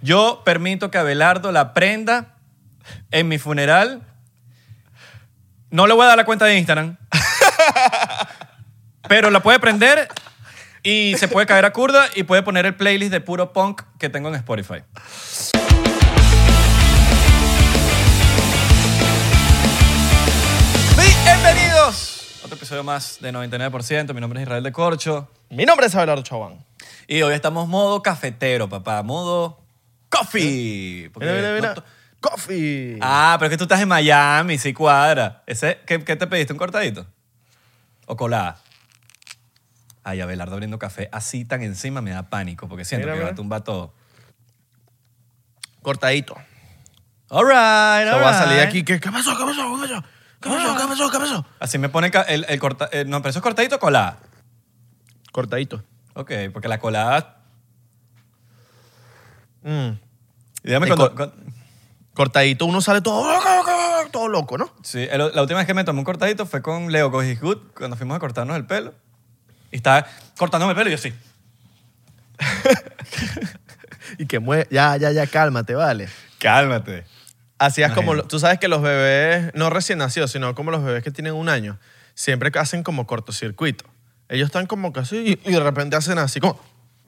Yo permito que Abelardo la prenda en mi funeral. No le voy a dar la cuenta de Instagram. Pero la puede prender y se puede caer a curda y puede poner el playlist de puro punk que tengo en Spotify. Bienvenidos a otro episodio más de 99%. Mi nombre es Israel de Corcho. Mi nombre es Abelardo Chabán. Y hoy estamos modo cafetero, papá. Modo coffee. Porque Mira. Coffee. Ah, pero es que tú estás en Miami, sí cuadra. ¿Qué te pediste? ¿Un cortadito? ¿O colada? Ay, Abelardo abriendo café así tan encima me da pánico porque siento que va a tumbar todo. Cortadito. All right, Se va a salir de aquí. ¿Qué pasó? ¿Qué pasó? Así me pone el corta... no, pero eso es cortadito o colada. Cortadito. Ok, porque la colada... Mm. Dígame El cuando... Cortadito uno sale todo loco, ¿no? Sí, la última vez que me tomé un cortadito fue con Leo Good cuando fuimos a cortarnos el pelo. Y estaba cortándome el pelo y yo sí. Y que mueve. Ya, cálmate, vale. Cálmate. Hacías como... Imagínate. Tú sabes que los bebés, no recién nacidos, sino como los bebés que tienen 1 año, siempre hacen como cortocircuito. Ellos están como que así y de repente hacen así como...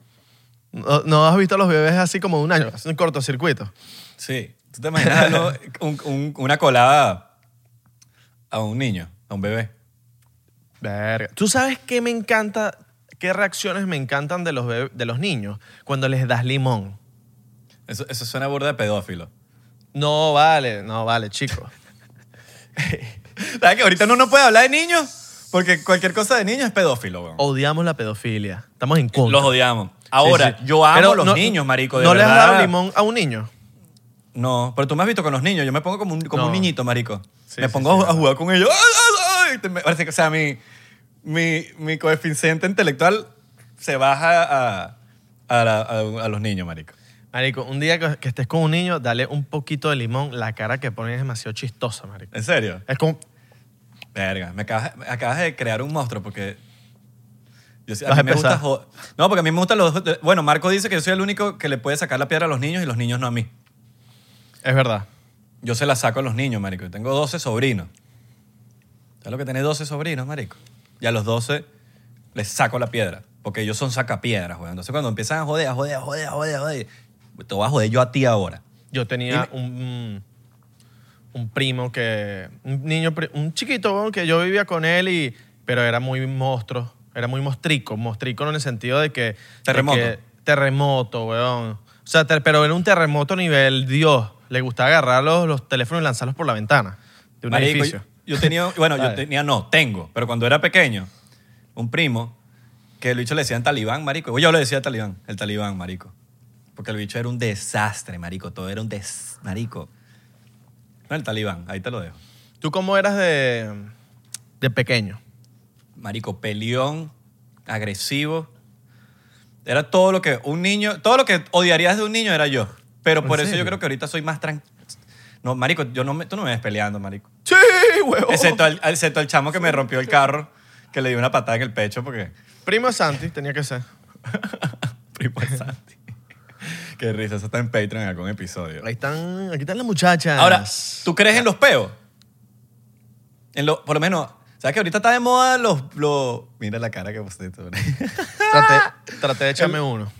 ¿No has visto a los bebés así como de 1 año? Hacen cortocircuito. Sí. ¿Tú te imaginas una colada a un niño, a un bebé? Verga. ¿Tú sabes qué me encanta? ¿Qué reacciones me encantan de los niños? Cuando les das limón. Eso suena burda de pedófilo. No vale, chico. ¿Sabes que ahorita uno no puede hablar de niños? Porque cualquier cosa de niños es pedófilo, weón. Odiamos la pedofilia. Estamos en contra. Los odiamos. Ahora, Sí. yo amo Pero a los niños, marico. De ¿No les has verdad. dado limón a un niño? No, pero tú me has visto con los niños. Yo me pongo como un niñito, marico. Sí, me sí, pongo sí. a jugar con ellos. ¡Ay! Me parece que, o sea, mi coeficiente intelectual se baja a los niños, marico. Marico, un día que estés con un niño, dale un poquito de limón. La cara que pone es demasiado chistosa, marico. ¿En serio? Es como... Verga, acabas de crear un monstruo porque... Vas a a mí me gusta empezar. No, porque a mí me gustan los... Bueno, Marco dice que yo soy el único que le puede sacar la piedra a los niños y los niños no a mí. Es verdad. Yo se la saco a los niños, marico. Yo tengo 12 sobrinos. ¿Sabes lo que tenés 12 sobrinos, marico? Y a los 12 les saco la piedra. Porque ellos son sacapiedras, güey. Entonces cuando empiezan a joder, te voy a joder yo a ti ahora. Yo tenía un primo que... Un chiquito que yo vivía con él, pero era muy monstruo. Era muy mostrico. Mostrico en el sentido de que... Terremoto. Terremoto, weón. O sea, pero era un terremoto nivel Dios. Le gustaba agarrar los teléfonos y lanzarlos por la ventana de un Marico, edificio. yo tengo, pero cuando era pequeño, un primo que el bicho le decían talibán, marico. Yo le decía talibán, el talibán, marico. Porque el bicho era un desastre, marico. Todo era un marico. No, el talibán, ahí te lo dejo. ¿Tú cómo eras de pequeño? Marico, peleón, agresivo. Era todo lo que un niño, todo lo que odiarías de un niño era yo. Pero por eso yo creo que ahorita soy más tranquilo. No, marico, tú no me ves peleando, marico. Sí, huevón. Excepto el chamo que me rompió el carro, que le dio una patada en el pecho porque... Primo de Santi tenía que ser. Primo de Santi. Qué risa, eso está en Patreon en algún episodio. Aquí están las muchachas. Ahora, ¿tú crees en los peos? Por lo menos, ¿sabes que ahorita está de moda los... Mira la cara que pusiste tú. Traté de echarme uno.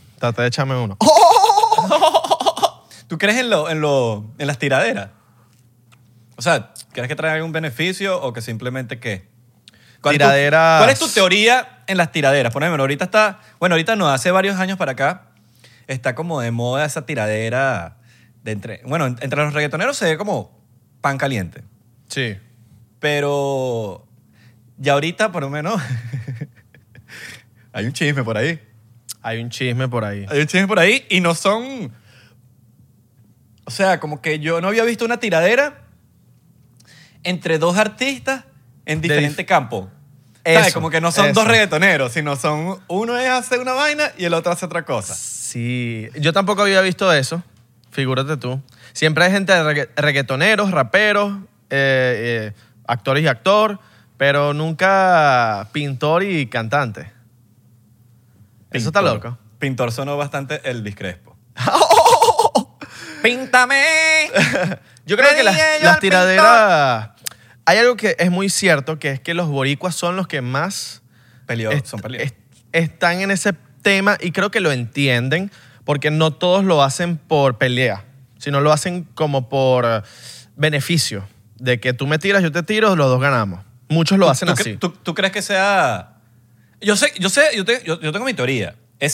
¿Tú crees en las tiraderas? O sea, ¿crees que trae algún beneficio o que simplemente qué? Tiraderas. ¿Cuál es tu teoría en las tiraderas? Por ejemplo, ahorita no, hace varios años para acá está como de moda esa tiradera entre los reggaetoneros se ve como pan caliente. Sí. Pero ya ahorita, por lo menos, hay un chisme por ahí. Hay un chisme por ahí. Hay un chisme por ahí y no son... O sea, como que yo no había visto una tiradera entre dos artistas en diferente campo. ¿Sabes? Como que no son dos reggaetoneros, sino son... Uno es hacer una vaina y el otro hace otra cosa. Sí. Yo tampoco había visto eso. Figúrate tú. Siempre hay gente de reggaetoneros, raperos, actores y actor, pero nunca pintor y cantante. Eso está loco. Pintor sonó bastante Elvis Crespo. Píntame. Yo creo que Pedí yo las al tiraderas... Hay algo que es muy cierto, que es que los boricuas son los que más Son peleosos. están en ese tema y creo que lo entienden porque no todos lo hacen por pelea, sino lo hacen como por beneficio. De que tú me tiras, yo te tiro, los dos ganamos. Muchos lo hacen así. ¿Tú crees que sea...? Yo tengo mi teoría. Es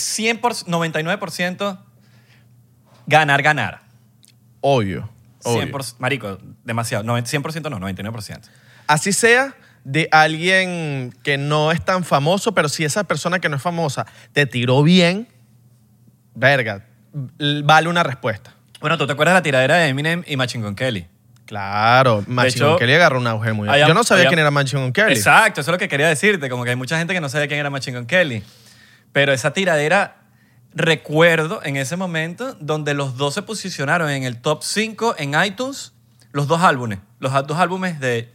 99% ganar. Obvio. 100%, marico, demasiado. 100% no, 99%. Así sea de alguien que no es tan famoso, pero si esa persona que no es famosa te tiró bien, verga, vale una respuesta. Bueno, ¿tú te acuerdas de la tiradera de Eminem y Machine Gun Kelly? Claro, Machine Gun hecho, Kelly agarró un auge muy... Yo no sabía quién era Machine Gun Kelly. Exacto, eso es lo que quería decirte. Como que hay mucha gente que no sabía quién era Machine Gun Kelly. Pero esa tiradera, recuerdo en ese momento donde los dos se posicionaron en el top 5 en iTunes, los dos álbumes de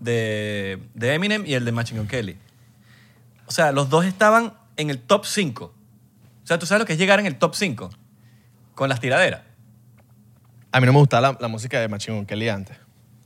Eminem y el de Machine Gun Kelly. O sea, los dos estaban en el top 5. O sea, ¿tú sabes lo que es llegar en el top 5 con las tiraderas? A mí no me gustaba la música de Machine Gun Kelly antes.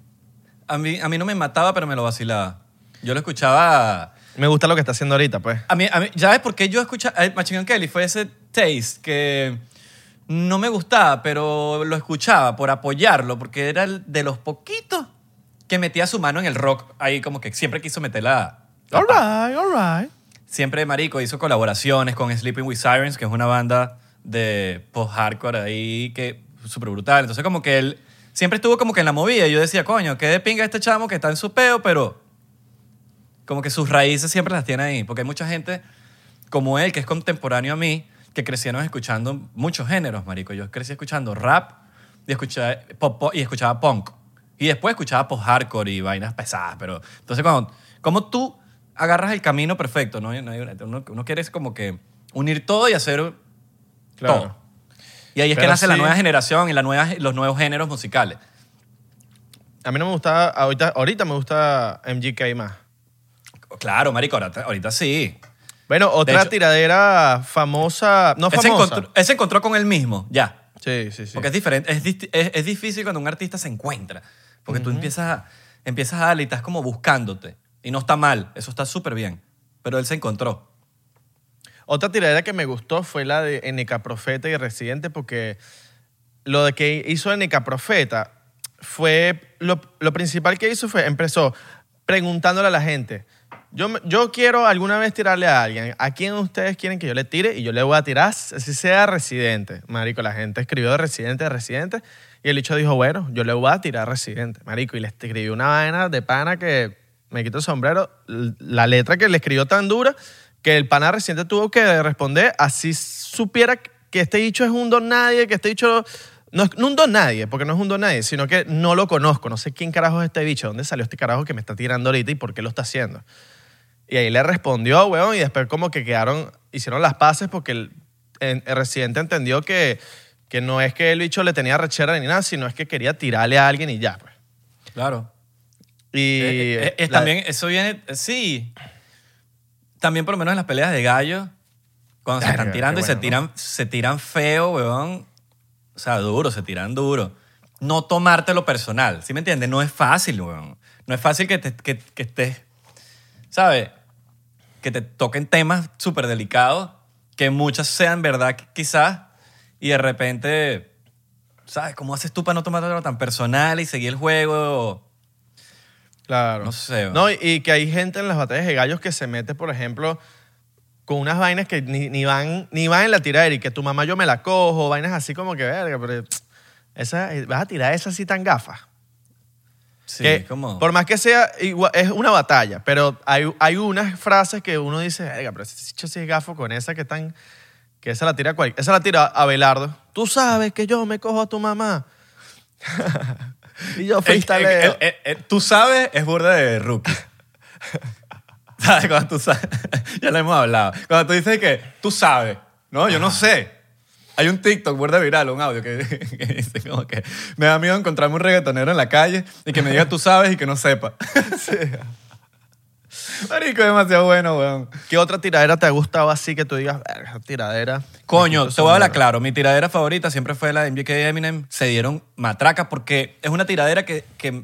A mí no me mataba, pero me lo vacilaba. Yo lo escuchaba... Me gusta lo que está haciendo ahorita, pues. A mí, ¿sabes por qué yo escuchaba Machine Gun Kelly? Fue ese taste que no me gustaba, pero lo escuchaba por apoyarlo, porque era el de los poquitos que metía su mano en el rock. Ahí como que siempre quiso meter la All right. Siempre, marico, hizo colaboraciones con Sleeping with Sirens, que es una banda de post-hardcore ahí que súper brutal. Entonces como que él siempre estuvo como que en la movida y yo decía, coño, qué de pinga este chamo que está en su peo, pero como que sus raíces siempre las tiene ahí. Porque hay mucha gente como él, que es contemporáneo a mí, que crecieron escuchando muchos géneros, marico. Yo crecí escuchando rap y escuchaba punk. Y después escuchaba post-hardcore y vainas pesadas. Pero entonces como tú agarras el camino perfecto, ¿no? Uno quiere como que unir todo y hacer todo. Y ahí es que nace la nueva generación y los nuevos géneros musicales. A mí no me gusta, ahorita me gusta MGK más. Claro, marico, ahorita sí. Bueno, otra tiradera famosa, Él se encontró con él mismo, ya. Sí. Porque es diferente, es difícil cuando un artista se encuentra. Porque tú empiezas a darle y estás como buscándote. Y no está mal, eso está súper bien. Pero él se encontró. Otra tiradera que me gustó fue la de NK Profeta y Residente, porque lo de que hizo NK Profeta fue... Lo principal que hizo empezó preguntándole a la gente, yo quiero alguna vez tirarle a alguien, ¿a quién ustedes quieren que yo le tire? Y yo le voy a tirar, así sea Residente. Marico, la gente escribió de Residente, y el bicho dijo, bueno, yo le voy a tirar Residente. Marico, y le escribió una vaina de pana que me quito el sombrero. La letra que le escribió tan dura que el pana Residente tuvo que responder, así supiera que este bicho es un don nadie, que este bicho... No es un don nadie, porque no es un don nadie, sino que no lo conozco, no sé quién carajo es este bicho, dónde salió este carajo que me está tirando ahorita y por qué lo está haciendo. Y ahí le respondió, weón, y después como que hicieron las paces porque el Residente entendió que no es que el bicho le tenía rechera ni nada, sino es que quería tirarle a alguien y ya, pues. Claro. Y también eso viene, sí, también por lo menos en las peleas de gallo, cuando se están tirando y se tiran feo, weón. O sea, duro, se tiran duro. No tomártelo personal, ¿sí me entiendes? No es fácil, weón. No es fácil que estés, ¿sabes? Que te toquen temas súper delicados, que muchas sean verdad quizás, y de repente, ¿sabes? ¿Cómo haces tú para no tomártelo tan personal y seguir el juego? Claro. No sé. Weón. No, y que hay gente en las batallas de gallos que se mete, por ejemplo, con unas vainas que ni van en la tiradera y que tu mamá yo me la cojo, vainas así como que, verga, pero vas a tirar esa así tan gafa. Sí, que, ¿cómo? Por más que sea, igual, es una batalla, pero hay unas frases que uno dice, verga, pero ese bicho sí es gafo con esa que esa la tira esa la tira Abelardo. Tú sabes que yo me cojo a tu mamá. Y yo freestaleo. Tú sabes, es burda de rookie. ¿Sabes? Cuando tú sabes, ya lo hemos hablado. Cuando tú dices que tú sabes, ¿no? Yo no sé. Hay un TikTok, burda viral, un audio que dice como que me da miedo encontrarme un reggaetonero en la calle y que me diga tú sabes y que no sepa. Sí. Marico, es demasiado bueno, weón. ¿Qué otra tiradera te ha gustado así que tú digas, "Verga, esa tiradera"? Coño, te voy a hablar claro. Mi tiradera favorita siempre fue la de MGK y Eminem. Se dieron matracas porque es una tiradera que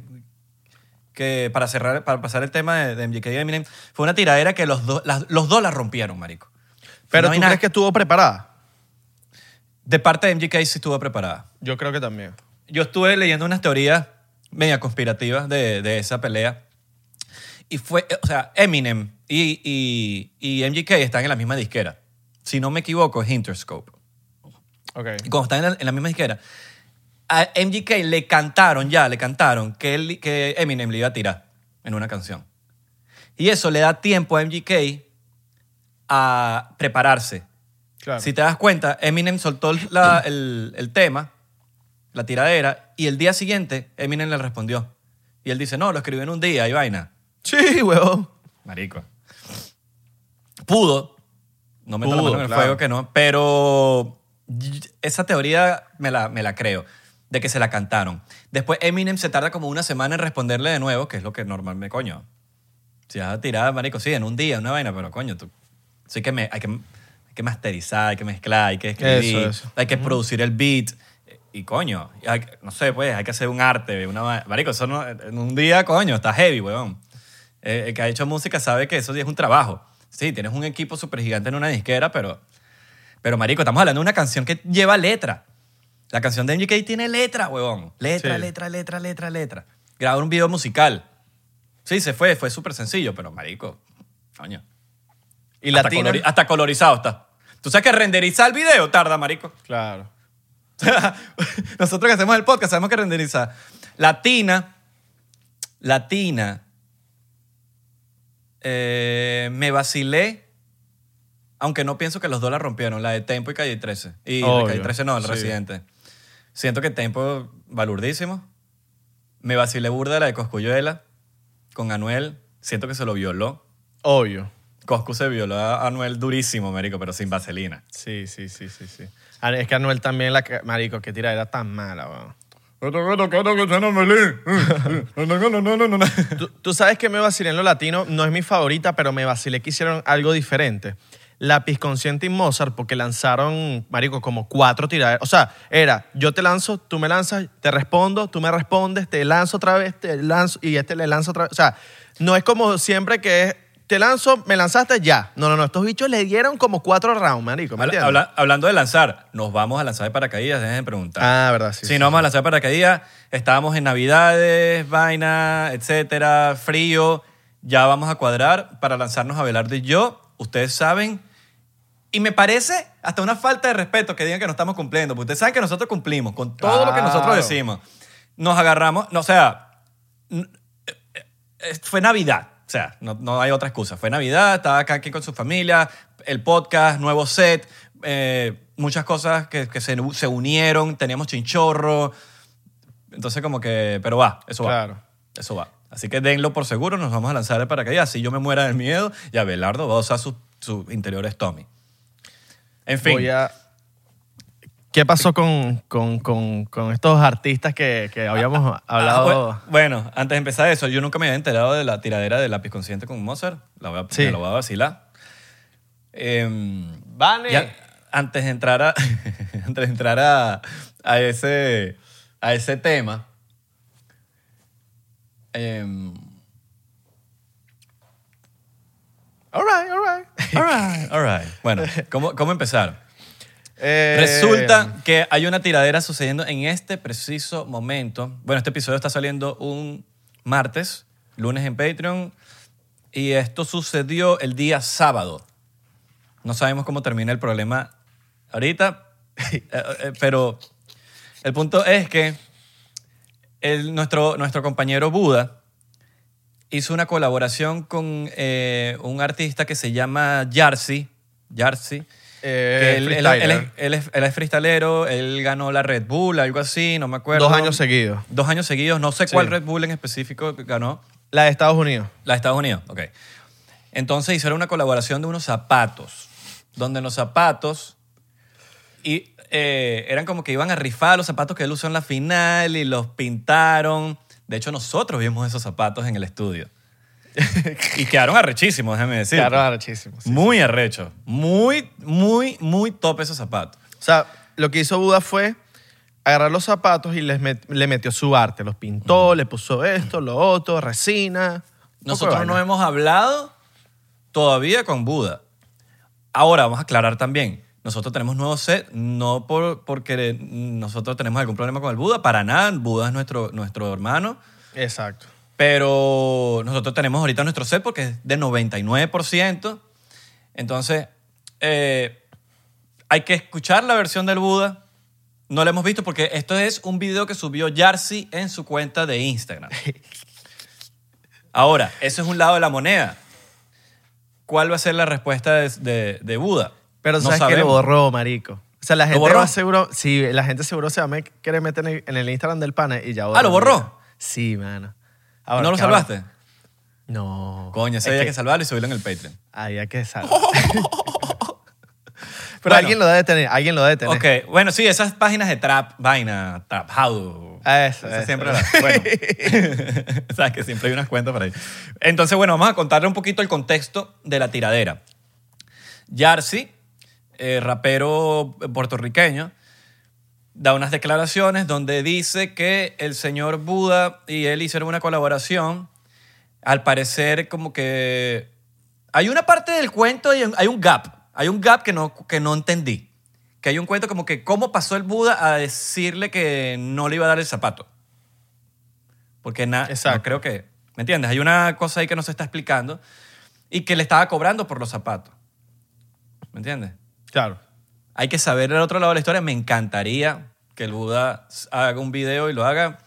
para pasar el tema de MGK y Eminem, fue una tiradera que los dos la rompieron, marico. Pero No hay ¿tú nada- crees que estuvo preparada? De parte de MGK sí estuvo preparada. Yo creo que también. Yo estuve leyendo unas teorías media conspirativas de esa pelea. Y fue, o sea, Eminem y MGK están en la misma disquera. Si no me equivoco, es Interscope. Ok. Y cuando están en la misma disquera, a MGK le cantaron que Eminem le iba a tirar en una canción. Y eso le da tiempo a MGK a prepararse. Claro. Si te das cuenta, Eminem soltó el tema, la tiradera, y el día siguiente Eminem le respondió. Y él dice, no, lo escribí en un día y vaina. Sí, huevón. Marico. Pudo. No meto la Pudo, mano en el claro. fuego que no. Pero esa teoría me la creo. De que se la cantaron. Después Eminem se tarda como una semana en responderle de nuevo, que es lo que normalmente, coño. Si vas a tirar, marico, sí, en un día, una vaina, pero coño, tú... Sí que hay que masterizar, hay que mezclar, hay que escribir, Eso. hay que producir el beat. Y coño, no sé, pues, hay que hacer un arte, marico, eso no, en un día, coño, está heavy, weón. El que ha hecho música sabe que eso sí es un trabajo. Sí, tienes un equipo súper gigante en una disquera, pero marico, estamos hablando de una canción que lleva letra. La canción de MGK tiene letra, huevón. Letra, Sí. letra. Grabar un video musical. Sí, fue súper sencillo, pero marico, coño. ¿Y Latina? Hasta colorizado está. ¿Tú sabes que renderizar el video tarda, marico? Claro. Nosotros que hacemos el podcast sabemos que renderizar. Latina, me vacilé, aunque no pienso que los dos la rompieron, la de Tempo y Calle 13. Y Obvio, Calle 13 no, el sí. Residente. Siento que Tempo valurdísimo. Me vacilé burda la de Cosculluela con Anuel. Siento que se lo violó. Obvio. Coscu se violó a Anuel durísimo, marico, pero sin vaselina. Sí. Es que Anuel también, marico, qué tiradera tan mala, weón. Tú sabes que me vacilé en lo latino, no es mi favorita, pero me vacilé que hicieron algo diferente. Lápiz Consciente y Mozart, porque lanzaron, marico, como 4 tiraderas. O sea, era, yo te lanzo, tú me lanzas, te respondo, tú me respondes, te lanzo otra vez, te lanzo, y le lanzo otra vez. O sea, no es como siempre que es, te lanzo, me lanzaste, ya. No. Estos bichos le dieron como 4 rounds, marico, ¿me entiendes? Hablando de lanzar, nos vamos a lanzar de paracaídas, dejen de preguntar. Ah, verdad, sí. Sí, nos vamos a lanzar de paracaídas. Estábamos en Navidades, vaina, etcétera, frío. Ya vamos a cuadrar para lanzarnos Abelardo y yo. Ustedes saben. Y me parece hasta una falta de respeto que digan que no estamos cumpliendo. Porque ustedes saben que nosotros cumplimos con todo lo que nosotros Claro. decimos. Nos agarramos, o sea, fue Navidad. O sea, no hay otra excusa. Fue Navidad, estaba acá aquí con su familia, el podcast, nuevo set, muchas cosas que se unieron, teníamos chinchorro. Entonces como que, pero va, eso va. Claro. Eso va. Así que denlo por seguro, nos vamos a lanzar de paracaídas. Si yo me muera del miedo, y Abelardo va a usar sus interiores Tommy. En fin. ¿Qué pasó con estos artistas que habíamos hablado? Bueno, antes de empezar eso, yo nunca me había enterado de la tiradera de Lápiz Consciente con Mozart. Me lo voy a vacilar. Vane. Ya, antes de entrar a ese tema, All right. Bueno, ¿cómo empezar? Resulta que hay una tiradera sucediendo en este preciso momento. Bueno, este episodio está saliendo un martes, lunes en Patreon, y esto sucedió el día sábado. No sabemos cómo termina el problema ahorita, pero el punto es que nuestro compañero Buda hizo una colaboración con un artista que se llama Yarsi. Que él es freestylero, él ganó la Red Bull, algo así, no me acuerdo. 2 años seguidos. 2 años seguidos, no sé cuál Red Bull en específico ganó. La de Estados Unidos. La de Estados Unidos, ok. Entonces hicieron una colaboración de unos zapatos, donde los zapatos eran como que iban a rifar los zapatos que él usó en la final y los pintaron. De hecho, nosotros vimos esos zapatos en el estudio. Y quedaron arrechísimos, déjame decir. Claro, arrechísimo. Sí. Muy arrechos. Muy, muy, muy top esos zapatos. O sea, lo que hizo Buda fue agarrar los zapatos y le metió su arte. Los pintó, le puso esto, lo otro, resina. Nosotros no hemos hablado todavía con Buda. Ahora, vamos a aclarar también. Nosotros tenemos nuevo set, no porque nosotros tenemos algún problema con el Buda, para nada. Buda es nuestro hermano. Exacto. Pero nosotros tenemos ahorita nuestro set porque es de 99%. Entonces, hay que escuchar la versión del Buda. No la hemos visto porque esto es un video que subió Yarsi en su cuenta de Instagram. Ahora, eso es un lado de la moneda. ¿Cuál va a ser la respuesta de Buda? Pero no sabes que lo borró, marico. O sea, la gente va seguro... Sí, la gente seguro se va a querer meter en el Instagram del pana y ya borró. Ah, ¿lo borró? Sí, mano. Ahora, ¿no lo salvaste? No. Coño, ese había que salvarlo y subirlo en el Patreon. Había que salvarlo. Pero bueno, alguien lo debe tener, Ok, bueno, sí, esas páginas de trap, vaina, trap house. Eso siempre bueno, sabes que siempre hay unas cuentas por ahí. Entonces, bueno, vamos a contarle un poquito el contexto de la tiradera. Yarsi, rapero puertorriqueño, da unas declaraciones donde dice que el señor Buda y él hicieron una colaboración. Al parecer, como que hay una parte del cuento y hay un gap. Hay un gap que no entendí. Que hay un cuento como que cómo pasó el Buda a decirle que no le iba a dar el zapato. Porque no creo que... ¿Me entiendes? Hay una cosa ahí que no se está explicando y que le estaba cobrando por los zapatos. ¿Me entiendes? Claro. Hay que saber el otro lado de la historia. Me encantaría que el Buda haga un video y lo haga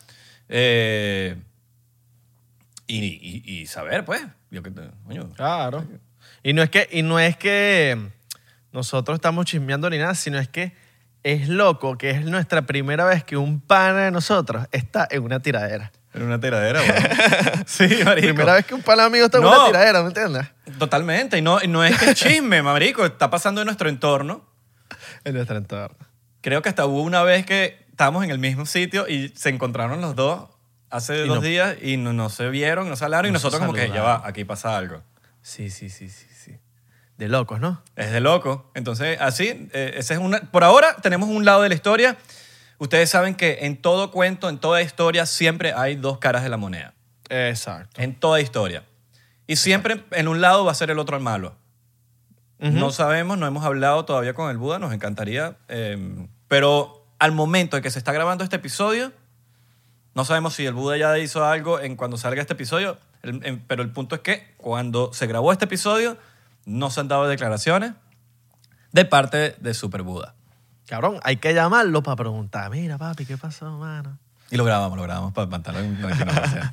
y saber, pues. Coño. Claro. Y no es que nosotros estamos chismeando ni nada, sino es que es loco que es nuestra primera vez que un pana de nosotros está en una tiradera. En una tiradera, güey. Sí, marico. Primera vez que un pana amigo está en una tiradera, ¿me entiendes? Totalmente. Y no es que es chisme, marico. Está pasando en nuestro entorno. En nuestro entorno. Creo que hasta hubo una vez que estábamos en el mismo sitio y se encontraron los dos hace 2 días y no se vieron, no se hablaron y nosotros como que ya va, aquí pasa algo. Sí. De locos, ¿no? Es de loco. Entonces, así, esa es una... Por ahora tenemos un lado de la historia. Ustedes saben que en todo cuento, en toda historia, siempre hay 2 caras de la moneda. Exacto. En toda historia. Y siempre en un lado va a ser el otro el malo. No sabemos, no hemos hablado todavía con el Buda, nos encantaría. Pero al momento en que se está grabando este episodio, no sabemos si el Buda ya hizo algo en cuando salga este episodio, pero el punto es que cuando se grabó este episodio, no se han dado declaraciones de parte de Super Buda. Cabrón, hay que llamarlo para preguntar, mira, papi, ¿qué pasó, mano? Y lo grabamos para mantenerlo en 99%.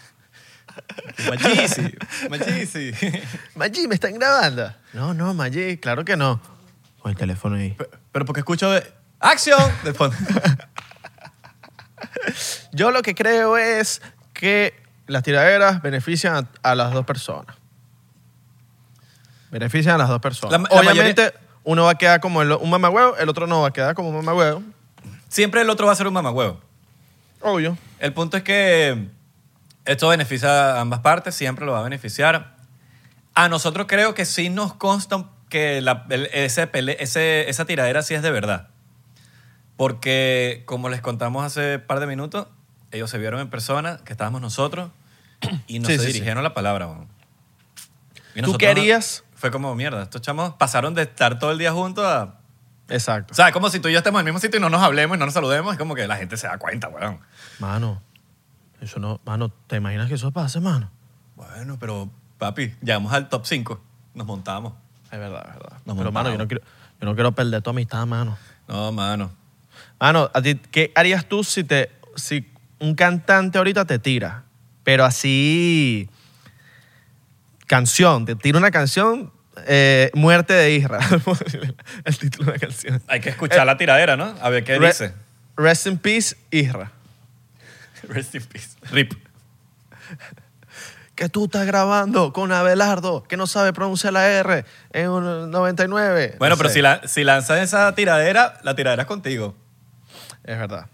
Maggi, ¿me están grabando? No, Maggi, claro que no. Con el teléfono ahí. Pero porque escucho de... ¡Acción! De fondo. Yo lo que creo es que las tiraderas benefician a las 2 personas. Benefician a las 2 personas. Obviamente, uno va a quedar como un mamagüevo, el otro no va a quedar como un mamagüevo. Siempre el otro va a ser un mamagüevo. Obvio. El punto es que esto beneficia a ambas partes, siempre lo va a beneficiar. A nosotros creo que sí nos consta que esa tiradera sí es de verdad. Porque, como les contamos hace un par de minutos, ellos se vieron en persona, que estábamos nosotros, y no se dirigieron la palabra. ¿Tú querías? Fue como, mierda, estos chamos pasaron de estar todo el día juntos a... Exacto. O sea, es como si tú y yo estemos en el mismo sitio y no nos hablemos y no nos saludemos. Es como que la gente se da cuenta, weón. Mano, eso no... Mano, ¿te imaginas que eso pase, mano? Bueno, pero, papi, llegamos al top 5. Nos montamos. Es verdad. Pero, mano, yo no quiero perder tu amistad, mano. No, mano. Mano, ¿a ti qué harías tú si un cantante ahorita te tira? Pero así... Canción, te tira una canción... Muerte de Isra. El título de la canción. Hay que escuchar la tiradera, ¿no? A ver qué dice. Rest in peace, Isra. Rest in peace. RIP. Que tú estás grabando con Abelardo, que no sabe pronunciar la R en un 99. Bueno, no sé. Pero si lanzas esa tiradera, la tiradera es contigo. Es verdad.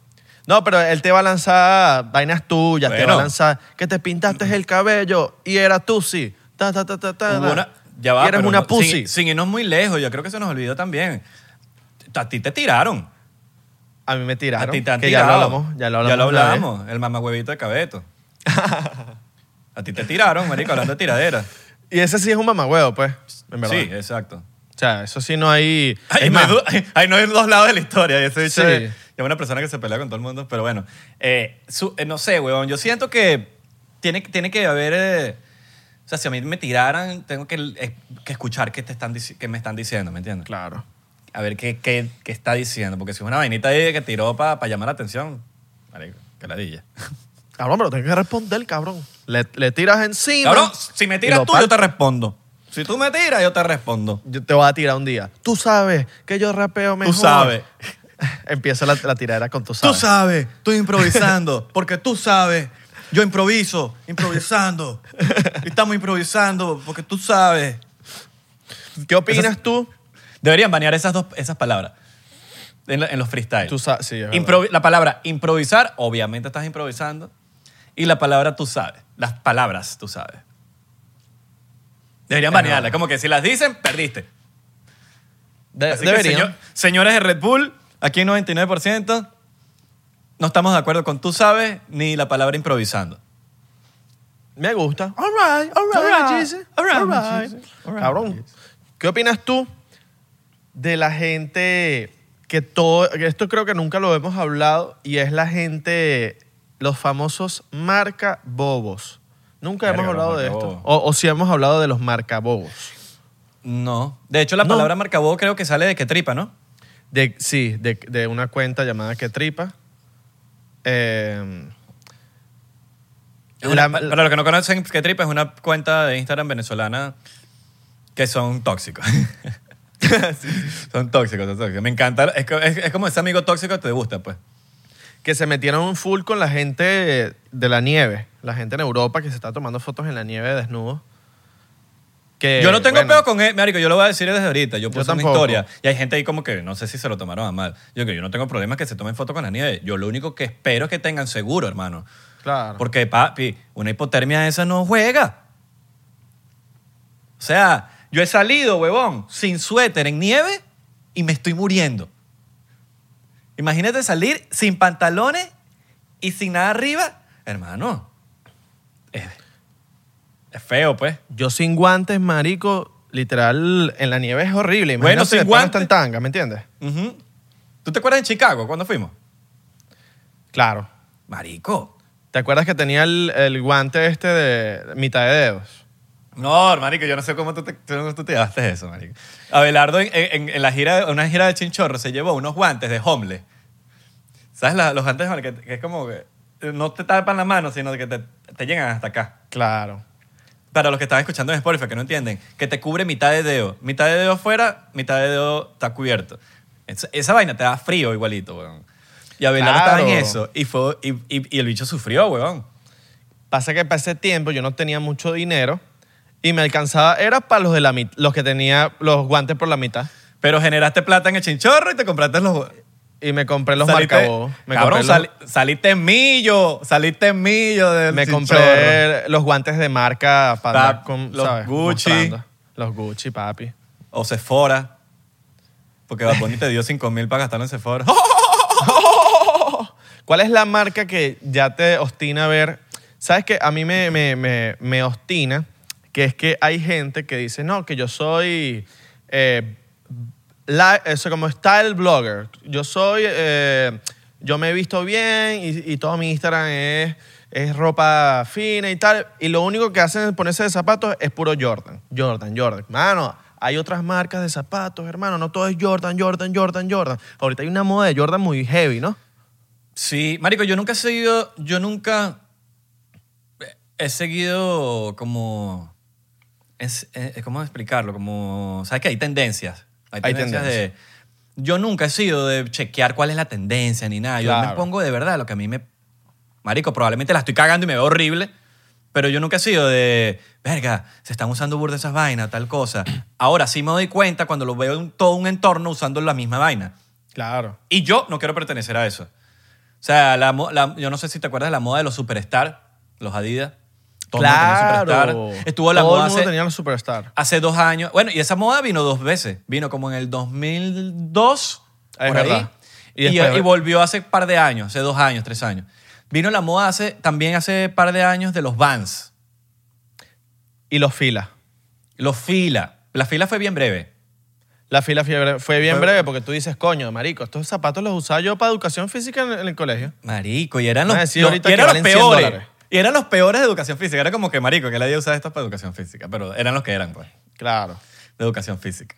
No, pero él te va a lanzar vainas tuyas, te va a Bueno. lanzar que te pintaste el cabello y era tú, sí. Hubo una- ya va, y eres pero una no- pussy. sin irnos muy lejos, yo creo que se nos olvidó también. A ti te tiraron. A mí me tiraron. A ti te han que tirado. ya lo hablamos. Ya lo hablamos. Ya lo una vez. hablamos. El mamagüevito de Cabeto. A ti te tiraron, marico, hablando de tiradera. Y ese sí es un mamagüevo, pues, en verdad. Sí, exacto. O sea, eso sí no hay... Ahí es no, hay más, ahí no hay dos lados de la historia. Y ese bicho Sí. es una persona que se pelea con todo el mundo. Pero bueno, no sé, huevón. Yo siento que tiene que haber... o sea, si a mí me tiraran, tengo que escuchar qué qué me están diciendo, ¿me entiendes? claro. A ver qué está diciendo. Porque si es una vainita ahí que tiró para llamar la atención, marico, que ladilla. Cabrón, pero tengo que responder, cabrón. Le tiras encima. Cabrón, si me y tiras lo tú, yo partes. te respondo. Si tú me tiras, yo te respondo. Yo te voy a tirar un día. Tú sabes que yo rapeo mejor. Tú sabes. Empieza la tiradera con tú Tú sabes. sabes, estoy improvisando, porque tú sabes, yo improvisando. Estamos improvisando, porque tú sabes. ¿Qué opinas tú? Deberían banear esas palabras en los freestyles. Tú sabes, sí, es verdad. La palabra improvisar, obviamente estás improvisando. Y la palabra tú sabes. Las palabras tú sabes. Deberían banearlas. Como que si las dicen, perdiste. Así que, Deberían. señores de Red Bull, aquí en 99%, no estamos de acuerdo con tú sabes ni la palabra improvisando. Me gusta. All right, Jesus. All right, All Jesus. right. All right, Cabrón, Jesus. ¿qué opinas tú de la gente que todo... Esto creo que nunca lo hemos hablado y es la gente, los famosos marca bobos. Nunca Verga, hemos hablado los de esto. marcabobos. O sí hemos hablado de los marcabobos. No. De hecho, la No. palabra marcabobo creo que sale de que tripa, ¿no? Sí, de una cuenta llamada Que Tripa. Para los que no conocen, que tripa es una cuenta de Instagram venezolana que son tóxicos. Son tóxicos, son tóxicos. Me encanta. Es como ese amigo tóxico que te gusta, pues. que se metieron full con la gente de la nieve. La gente en Europa que se está tomando fotos en la nieve desnudo. Que, Yo no tengo bueno, peo con él, marico, yo lo voy a decir desde ahorita. Yo puse una tampoco. historia y hay gente ahí como que no sé si se lo tomaron a mal. Yo no tengo problemas que se tomen fotos con la nieve. Yo lo único que espero es que tengan seguro, hermano. Claro. Porque, papi, una hipotermia esa no juega. O sea, yo he salido, huevón, sin suéter en nieve y me estoy muriendo. Imagínate salir sin pantalones y sin nada arriba. Hermano, es feo, pues. Yo sin guantes, marico, literal, en la nieve es horrible. Bueno, Imagínate sin de pana guantes. está en tanga, ¿me entiendes? Ujú. ¿Tú te acuerdas en Chicago cuando fuimos? Claro. Marico. ¿Te acuerdas que tenía el guante este de mitad de dedos? No, marico, yo no sé cómo tú te llevaste eso, marico. Abelardo en la una gira de Chinchorro se llevó unos guantes de homeless. ¿Sabes? Los guantes de homeless que es como que no te tapan la mano, sino que te llegan hasta acá. Claro. Para los que están escuchando en Spotify que no entienden, que te cubre mitad de dedo. Mitad de dedo afuera, mitad de dedo está cubierto. Esa vaina te da frío igualito, weón. Y Abelardo Claro. estaba en eso y el bicho sufrió, weón. Pasa que para ese tiempo yo no tenía mucho dinero y me alcanzaba, era para los de los que tenía los guantes por la mitad. Pero generaste plata en el Chinchorro y te compraste los... Y me compré los Saliste- marcabobos. Cabrón, saliste en millo del Me Chinchorro. compré los guantes de marca para andar con, los ¿sabes? Gucci. Mostrando. Los Gucci, papi. O Sephora. Porque Bad Bunny te dio 5,000 para gastarlo en Sephora. ¿Cuál es la marca que ya te ostina ver? ¿Sabes qué? A mí me ostina que es que hay gente que dice, no, que yo soy eso como style blogger. Yo soy, yo me he visto bien y todo mi Instagram es ropa fina y tal. Y lo único que hacen es ponerse de zapatos es puro Jordan. Jordan. Mano, hay otras marcas de zapatos, hermano. No todo es Jordan. Ahorita hay una moda de Jordan muy heavy, ¿no? Sí, marico, yo nunca he seguido como... ¿Cómo explicarlo? Como... ¿Sabes que hay tendencias? Hay tendencias de... Yo nunca he sido de chequear cuál es la tendencia ni nada. Yo me Claro. pongo de verdad lo que a mí me... Marico, probablemente la estoy cagando y me veo horrible, pero yo nunca he sido de... Verga, se están usando burda esas vainas, tal cosa. Ahora sí me doy cuenta cuando lo veo en todo un entorno usando la misma vaina. Claro. Y yo no quiero pertenecer a eso. sea, yo no sé si te acuerdas de la moda de los Superstar, los Adidas. Todo el mundo Claro. tenía Superstar. Estuvo la Todo moda el mundo tenía los Superstar. hace 2 años. Bueno, y esa moda vino 2 veces. Vino como en el 2002, Es por ahí. verdad. Y volvió hace par de años, hace 2 años, 3 años. Vino la moda también hace par de años de los Vans. Y los Fila. Los Fila. La Fila fue bien breve. La fila fue bien breve porque tú dices, coño, marico, estos zapatos los usaba yo para educación física en el colegio. Marico, y eran los, Van a decir los- ahorita y que eran los valen $100. peores. Y eran los peores de educación física. Era como que, marico, que la idea usar esto para educación física. Pero eran los que eran, pues, Claro. de educación física.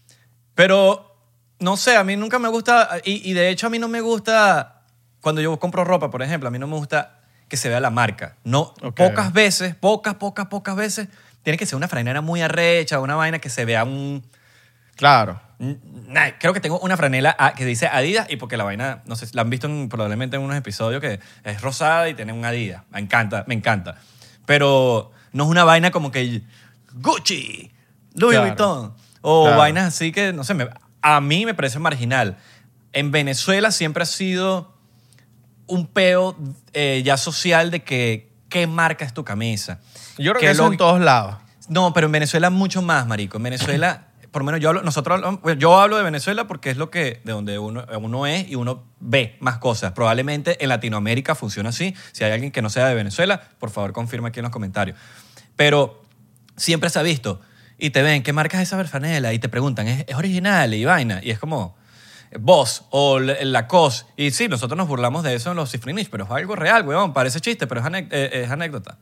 Pero, no sé, a mí nunca me gusta... Y de hecho a mí no me gusta... Cuando yo compro ropa, por ejemplo, a mí no me gusta que se vea la marca. No, Ok. pocas veces, pocas veces, tiene que ser una franela muy arrecha, una vaina que se vea un... Claro. Creo que tengo una franela que dice Adidas y porque la vaina, no sé, la han visto probablemente en unos episodios que es rosada y tiene un Adidas. Me encanta. Pero no es una vaina como que Gucci, Louis Claro. Vuitton o Claro. vainas así que, no sé, a mí me parece marginal. En Venezuela siempre ha sido un peo ya social de que qué marca es tu camisa. Yo creo Que que eso lo- en todos lados. No, pero en Venezuela mucho más, marico. En Venezuela, por lo menos yo hablo de Venezuela porque es de donde uno es y uno ve más cosas. Probablemente en Latinoamérica funciona así. Si hay alguien que no sea de Venezuela, por favor confirma aquí en los comentarios. Pero siempre se ha visto y te ven, ¿qué marca es esa franela? Y te preguntan, ¿es original? Y vaina. Y es como Boss o Lacoste. Y sí, nosotros nos burlamos de eso en los Cifrinish, pero es algo real, weón. Parece chiste, pero es anécdota.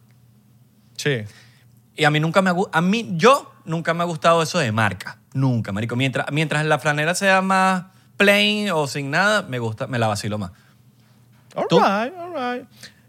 Sí. Y a mí yo nunca me ha gustado eso de marca. Nunca, marico. Mientras la franela sea más plain o sin nada, me la vacilo más. ¿Tú? All right.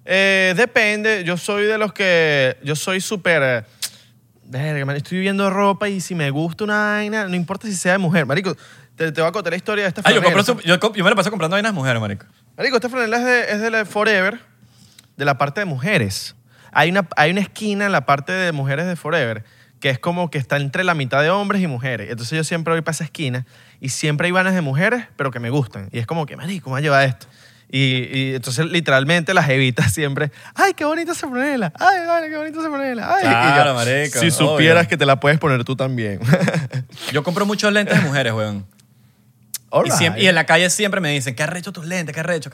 Depende. Yo soy de los que... Yo soy súper... verga, man, estoy viendo ropa y si me gusta una vaina, no importa si sea de mujer. Marico, te voy a contar la historia de esta Yo, franela. yo me la paso comprando vainas mujeres, marico. Marico, esta franela es de la Forever, de la parte de mujeres. Hay una esquina en la parte de mujeres de Forever que es como que está entre la mitad de hombres y mujeres. Entonces yo siempre voy para esa esquina y siempre hay vainas de mujeres, pero que me gustan. Y es como que, marico, ¿cómo va a llevar esto? Y entonces literalmente las evitas siempre. ¡Ay, qué bonita esa franela! ¡Ay, vale, qué bonita esa franela! ¡Ay! Claro, Y yo, marico, si supieras obvio. que te la puedes poner tú también. Yo compro muchos lentes de mujeres, weón. All Y en la calle siempre me dicen, ¿qué arrecho tus lentes? ¿Qué arrecho?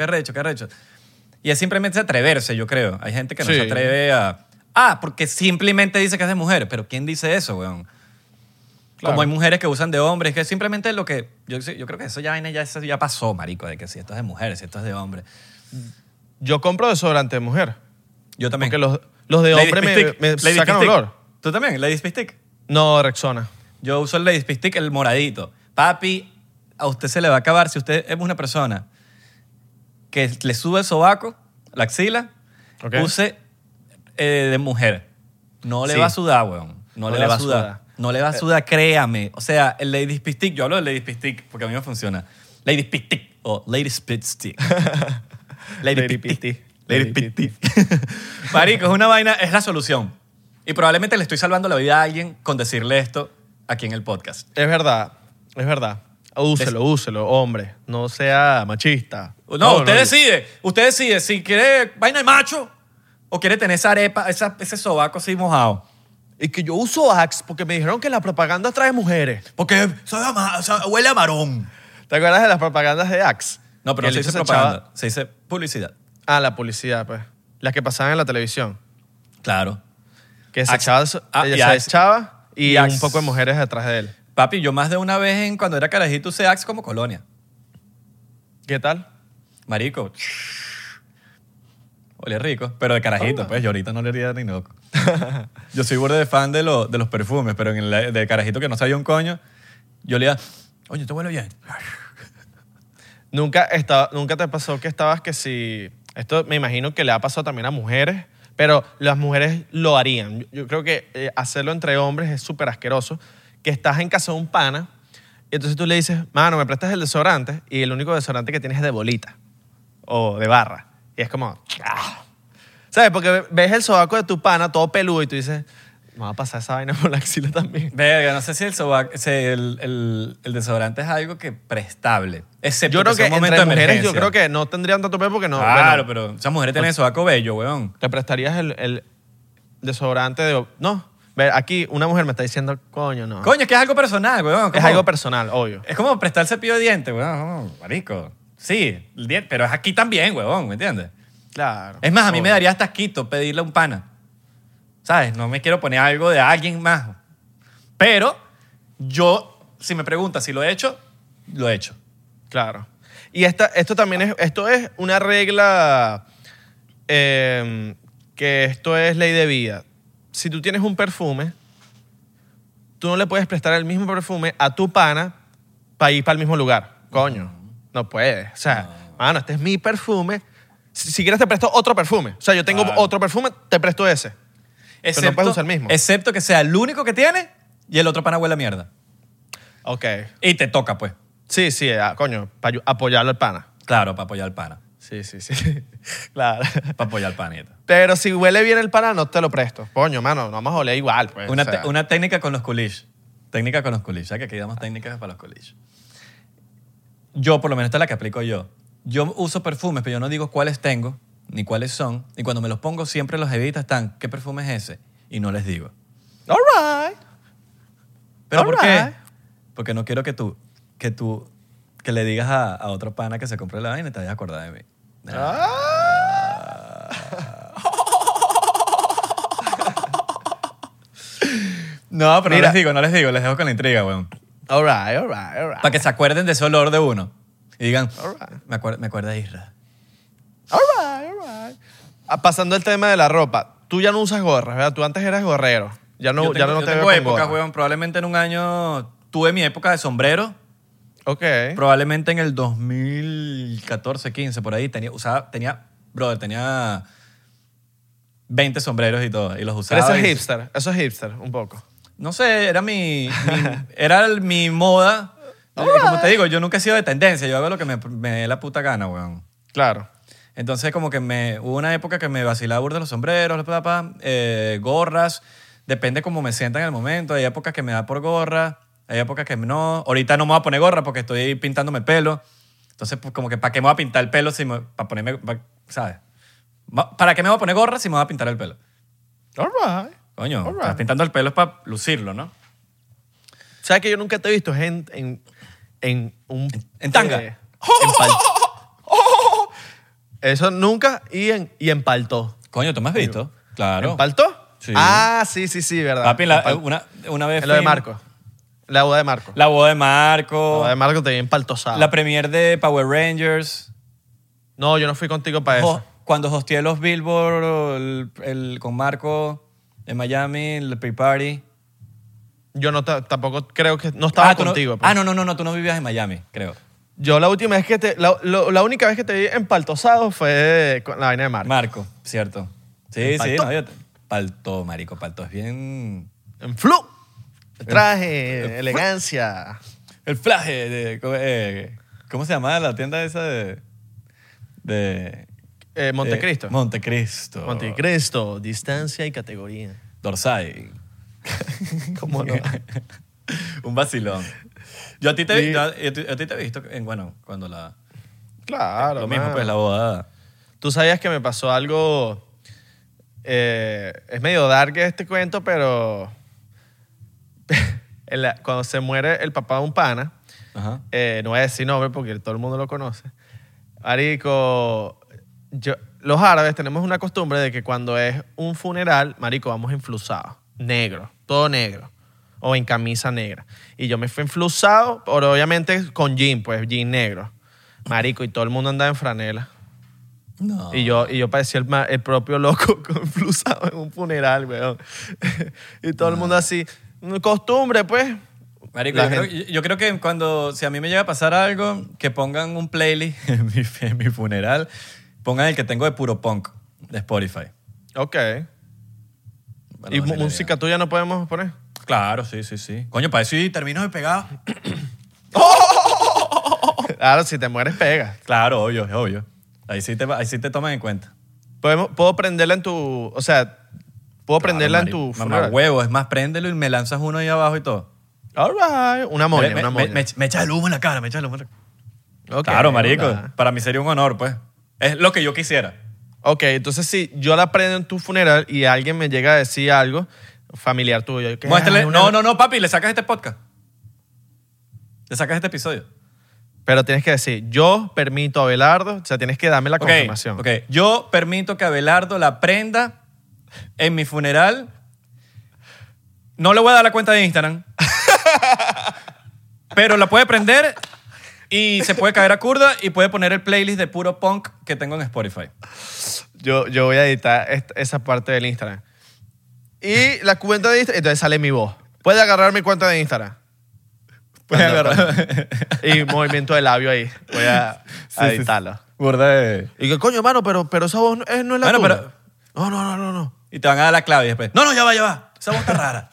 Y es simplemente atreverse, yo creo. Hay gente que no Sí. se atreve a... porque simplemente dice que es de mujer. Pero ¿quién dice eso, weón? Claro. Como hay mujeres que usan de hombres, que simplemente lo que... Yo creo que eso ya pasó, marico, de que si esto es de mujeres, si esto es de hombres. Yo compro desodorante de mujer. Yo también. Porque los de Lady hombre Stick. me Lady sacan Stick. olor. ¿Tú también? ¿Lady Stick? No, Rexona. Yo uso el Lady Stick, el moradito. Papi, a usted se le va a acabar si usted es una persona que le sube el sobaco, la axila, Ok. use de mujer. No le Sí. va a sudar, weón. No le va a sudar. No le va a sudar, créame. O sea, el Lady Stick, yo hablo del Lady Stick porque a mí me funciona. Lady Stick o Lady Spit Stick. Lady Pitti. Lady Pitti. Marico, es una vaina, es la solución. Y probablemente le estoy salvando la vida a alguien con decirle esto aquí en el podcast. Es verdad. Úselo, hombre. No sea machista. No, usted decide. Usted decide si quiere vaina de macho o quiere tener esa arepa, ese sobaco así mojado. Y que yo uso Axe porque me dijeron que la propaganda trae mujeres. Porque huele a marón. ¿Te acuerdas de las propagandas de Axe? No, pero Que no se el dice bicho propaganda, echaba- se dice publicidad. Ah, la publicidad, pues. Las que pasaban en la televisión. Claro. Que se Axe. echaba, Ah, ella y se Axe. echaba y Y un Axe. poco de mujeres detrás de él. Papi, yo más de una vez cuando era carajito usé Axe como colonia. ¿Qué tal? Marico. Olía rico, pero de carajito, pues. Yo ahorita no le haría ni loco. Yo soy burde de fan de los perfumes, pero de carajito que no sabía un coño, yo le iba, oye, te huele bien. ¿Nunca te pasó que estabas que si... Esto me imagino que le ha pasado también a mujeres, pero las mujeres lo harían. Yo creo que hacerlo entre hombres es súper asqueroso. Que estás en casa de un pana y entonces tú le dices, mano, me prestas el desodorante y el único desodorante que tienes es de bolita o de barra. Y es como... ¡ah! ¿Sabes? Porque ves el sobaco de tu pana todo peludo y tú dices, Me va a pasar esa vaina por la axila también. Verga, no sé si el desodorante es algo que prestable. Excepto Yo creo sea que un momento entre de mujeres emergencia. yo creo que no tendrían tanto pelo porque no... Claro, bueno, pero esas mujeres tienen sobaco bello, weón. te prestarías el desodorante de... No, ver, aquí una mujer me está diciendo, coño, no. Coño, es que es algo personal, weón. Es algo personal, obvio. Es como prestar el cepillo de dientes, weón. Marico. Sí, el diente, pero es aquí también, weón, ¿me entiendes? Claro. Es más, a mí me obvio. daría hasta asquito pedirle a un pana. ¿Sabes? No me quiero poner algo de alguien más. Pero yo, si me preguntas si lo he hecho, lo he hecho. Claro. Y esto también es una regla que esto es ley de vida. Si tú tienes un perfume, tú no le puedes prestar el mismo perfume a tu pana para ir para el mismo lugar. Coño, no puedes. O sea, mano, este es mi perfume. Si quieres te presto otro perfume. O sea, yo tengo otro perfume, te presto ese. Pero no puedes usar el mismo. Excepto que sea el único que tiene y el otro pana huele a mierda. Ok. Y te toca, pues. Sí, coño, para apoyarlo al pana. Claro, para apoyar al pana. Sí. Claro. Para apoyar al panita. Pero si huele bien el pana, no te lo presto. Coño, mano, no vamos a oler igual, pues. Una, o sea. una técnica con los culish. Técnica con los culish. ¿Sabes que aquí damos técnicas para los culish? Yo, por lo menos, esta es la que aplico yo. Yo uso perfumes, pero yo no digo cuáles tengo ni cuáles son. Y cuando me los pongo, siempre los evitas están, ¿qué perfume es ese? Y no les digo. All right. ¿Pero All por qué? right. Porque no quiero que le digas a otro pana que se compre la vaina y te vayas a acordar de mí. No, pero Mira. no les digo, les dejo con la intriga, weón. All right. Para que se acuerden de ese olor de uno. Y digan, All right. me acuerda de Isra. All right. Pasando el tema de la ropa, tú ya no usas gorras, ¿verdad? Tú antes eras gorrero. Ya no, yo ya no yo te tengo veo con épocas, gorra. weón. Probablemente en un año tuve mi época de sombrero. Ok. Probablemente en el 2014, 15, por ahí. Tenía 20 sombreros y todo. Y los usaba. Pero eso y- es hipster. Eso es hipster, un poco. No sé, era mi moda. Como te digo, yo nunca he sido de tendencia. Yo hago lo que me dé la puta gana, weón. Claro. Entonces, como que hubo una época que me vacilaba burda los sombreros, gorras. Depende cómo me sienta en el momento. Hay épocas que me da por gorra, hay épocas que no. Ahorita no me voy a poner gorra porque estoy pintándome el pelo. Entonces, pues, como que ¿para qué me voy a pintar el pelo para ponerme, ¿sabes? ¿Para qué me voy a poner gorra si me voy a pintar el pelo? All right. Coño, All right. estás pintando el pelo es para lucirlo, ¿no? ¿Sabes que yo nunca te he visto en un... En tanga. en eso nunca y en paltó. Coño, ¿tú me has visto? Claro. ¿En paltó? Sí. Ah, sí, verdad. Papi, En pal- una vez en lo de fui- Marco. La boda de Marco. La boda de La Marco. boda de Marco te vi empaltosado. La premier de Power Rangers. No, yo no fui contigo para eso. Cuando hosteé los Billboard con Marco en Miami, el pre-party. Yo no tampoco creo que... No estaba tú contigo. pues. No, tú no vivías en Miami, creo. Yo la última vez que la única vez que te vi empaltosado fue con la vaina de Marco. Marco, cierto. Sí, ¿En sí. palto? No, palto, marico. Palto es bien... En flu. Traje, elegancia. El flaje ¿cómo se llama la tienda esa de Montecristo. Montecristo. Montecristo, distancia y categoría. Dorsai. ¿Cómo no? Un vacilón. Yo a ti te, Sí. yo a ti te he visto cuando Claro. lo mismo, mano. pues la boda. Tú sabías que me pasó algo. Es medio dark este cuento, pero. Cuando se muere el papá de un pana, Ajá. no voy a decir nombre porque todo el mundo lo conoce. Marico, los árabes tenemos una costumbre de que cuando es un funeral, marico, vamos enflusados. Negro, todo negro. O en camisa negra. Y yo me fui enflusado, pero obviamente con jean, pues jean negro. Marico, y todo el mundo andaba en franela. No. Y yo parecía el propio loco enflusado en un funeral, weón. Y todo el mundo así. Costumbre, pues. Marico, La yo creo que si a mí me llega a pasar algo, que pongan un playlist en mi funeral, pongan el que tengo de puro punk de Spotify. Ok. Bueno, ¿Y así le música digo. tuya no podemos poner? Claro, sí. Coño, para eso y termino de pegar. Claro, si te mueres, pega. Claro, obvio. Ahí sí te toman en cuenta. Puedo prenderla en tu... O sea, Puedo prenderla en Claro, tu mamá funeral. huevo, es más, préndelo y me lanzas uno ahí abajo y todo. All right. Una moña, me, una me- moña. me echas el humo en la cara, me echas el humo en la cara. Ok, Claro, marico. hola. Para mí sería un honor, pues. Es lo que yo quisiera. Ok, entonces si yo la prendo en tu funeral y alguien me llega a decir algo, familiar tuyo. que, Muéstrale. "Ay, una-". No, papi, le sacas este podcast. Le sacas este episodio. Pero tienes que decir, yo permito a Abelardo, o sea, tienes que darme la confirmación. Ok, yo permito que Abelardo la prenda en mi funeral. No le voy a dar la cuenta de Instagram. Pero la puede prender y se puede caer a curda y puede poner el playlist de puro punk que tengo en Spotify. Yo voy a editar esa parte del Instagram. Y la cuenta de Instagram, entonces sale mi voz. Puede agarrar mi cuenta de Instagram. Puede agarrar. Y movimiento de labio ahí. Voy a editarlo. Burda de... Y que coño, mano, pero esa voz no es la Bueno, tuya. pero- No. Y te van a dar la clave y después. No, ya va. Esa voz está rara.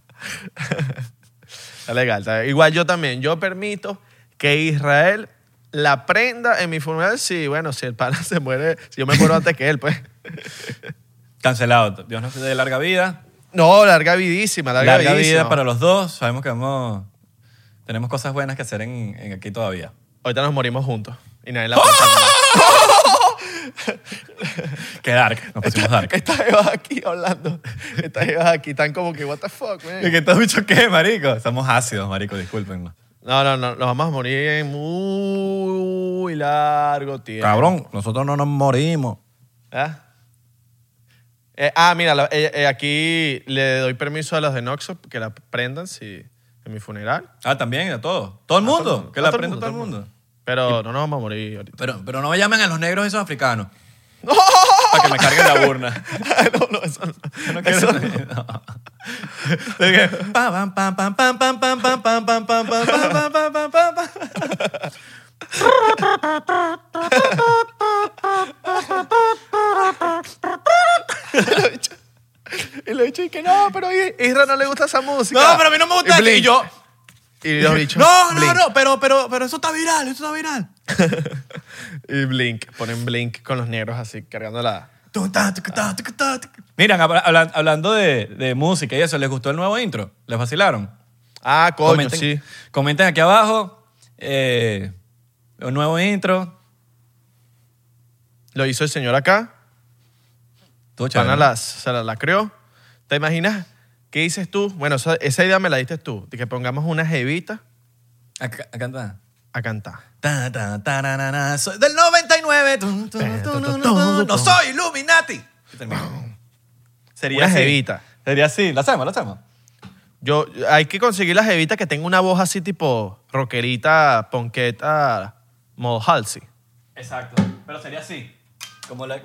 Está legal. Igual yo también. Yo permito que Israel la prenda en mi funeral si el pana se muere, si yo me muero antes que él, pues. Cancelado. Dios nos dé larga vida. No, larga vidísima, larga Larga vidísima. vida para los dos. Sabemos que tenemos cosas buenas que hacer en aquí todavía. Ahorita nos morimos juntos y nadie la puede Qué dark. Nos pusimos dark. Estas jevas aquí hablando. Estas jevas aquí están como que, what the fuck, man. ¿Y qué te has dicho qué, marico? Somos ácidos, marico, discúlpenos. No, nos vamos a morir en muy largo tiempo. Cabrón, nosotros no nos morimos. ¿Ah? Mira, aquí le doy permiso a los de Noxo que la prendan en mi funeral. Ah, también, a todos. Todo el mundo. Que la todo el prenda mundo, todo el mundo. Pero no nos vamos a morir ahorita. Pero no me llamen a los negros esos africanos. Para que me carguen la urna. no, eso no. Yo no quiero... Eso no. No. Es que... pam, pam, pam, pam, pam, pam, pam, pam, pam, pam, pam, pam, pam, pam, pam, pam. Y le he dicho que no, pero a Isra no le gusta esa música. No, pero a mí no me gusta. Y Blink. Y yo... Y los bichos. No, pero eso está viral, eso está viral. Y Blink. Ponen Blink con los negros así, cargando la... Miren, hablando de música y eso, ¿les gustó el nuevo intro? ¿Les vacilaron? Ah, coño, sí. Comenten aquí abajo. Un nuevo intro. Lo hizo el señor acá. Todo chévere. Pana se la creó. ¿Te imaginas? ¿Qué dices tú? Bueno, esa idea me la diste tú, de que pongamos una jevita A cantar. a cantar. Soy del 99. No soy Illuminati. Sería Una así. jevita. Sería así. La hacemos. Hay que conseguir la jevita que tenga una voz así tipo rockerita, ponqueta, modo Halsey. Exacto. Pero sería así. Como el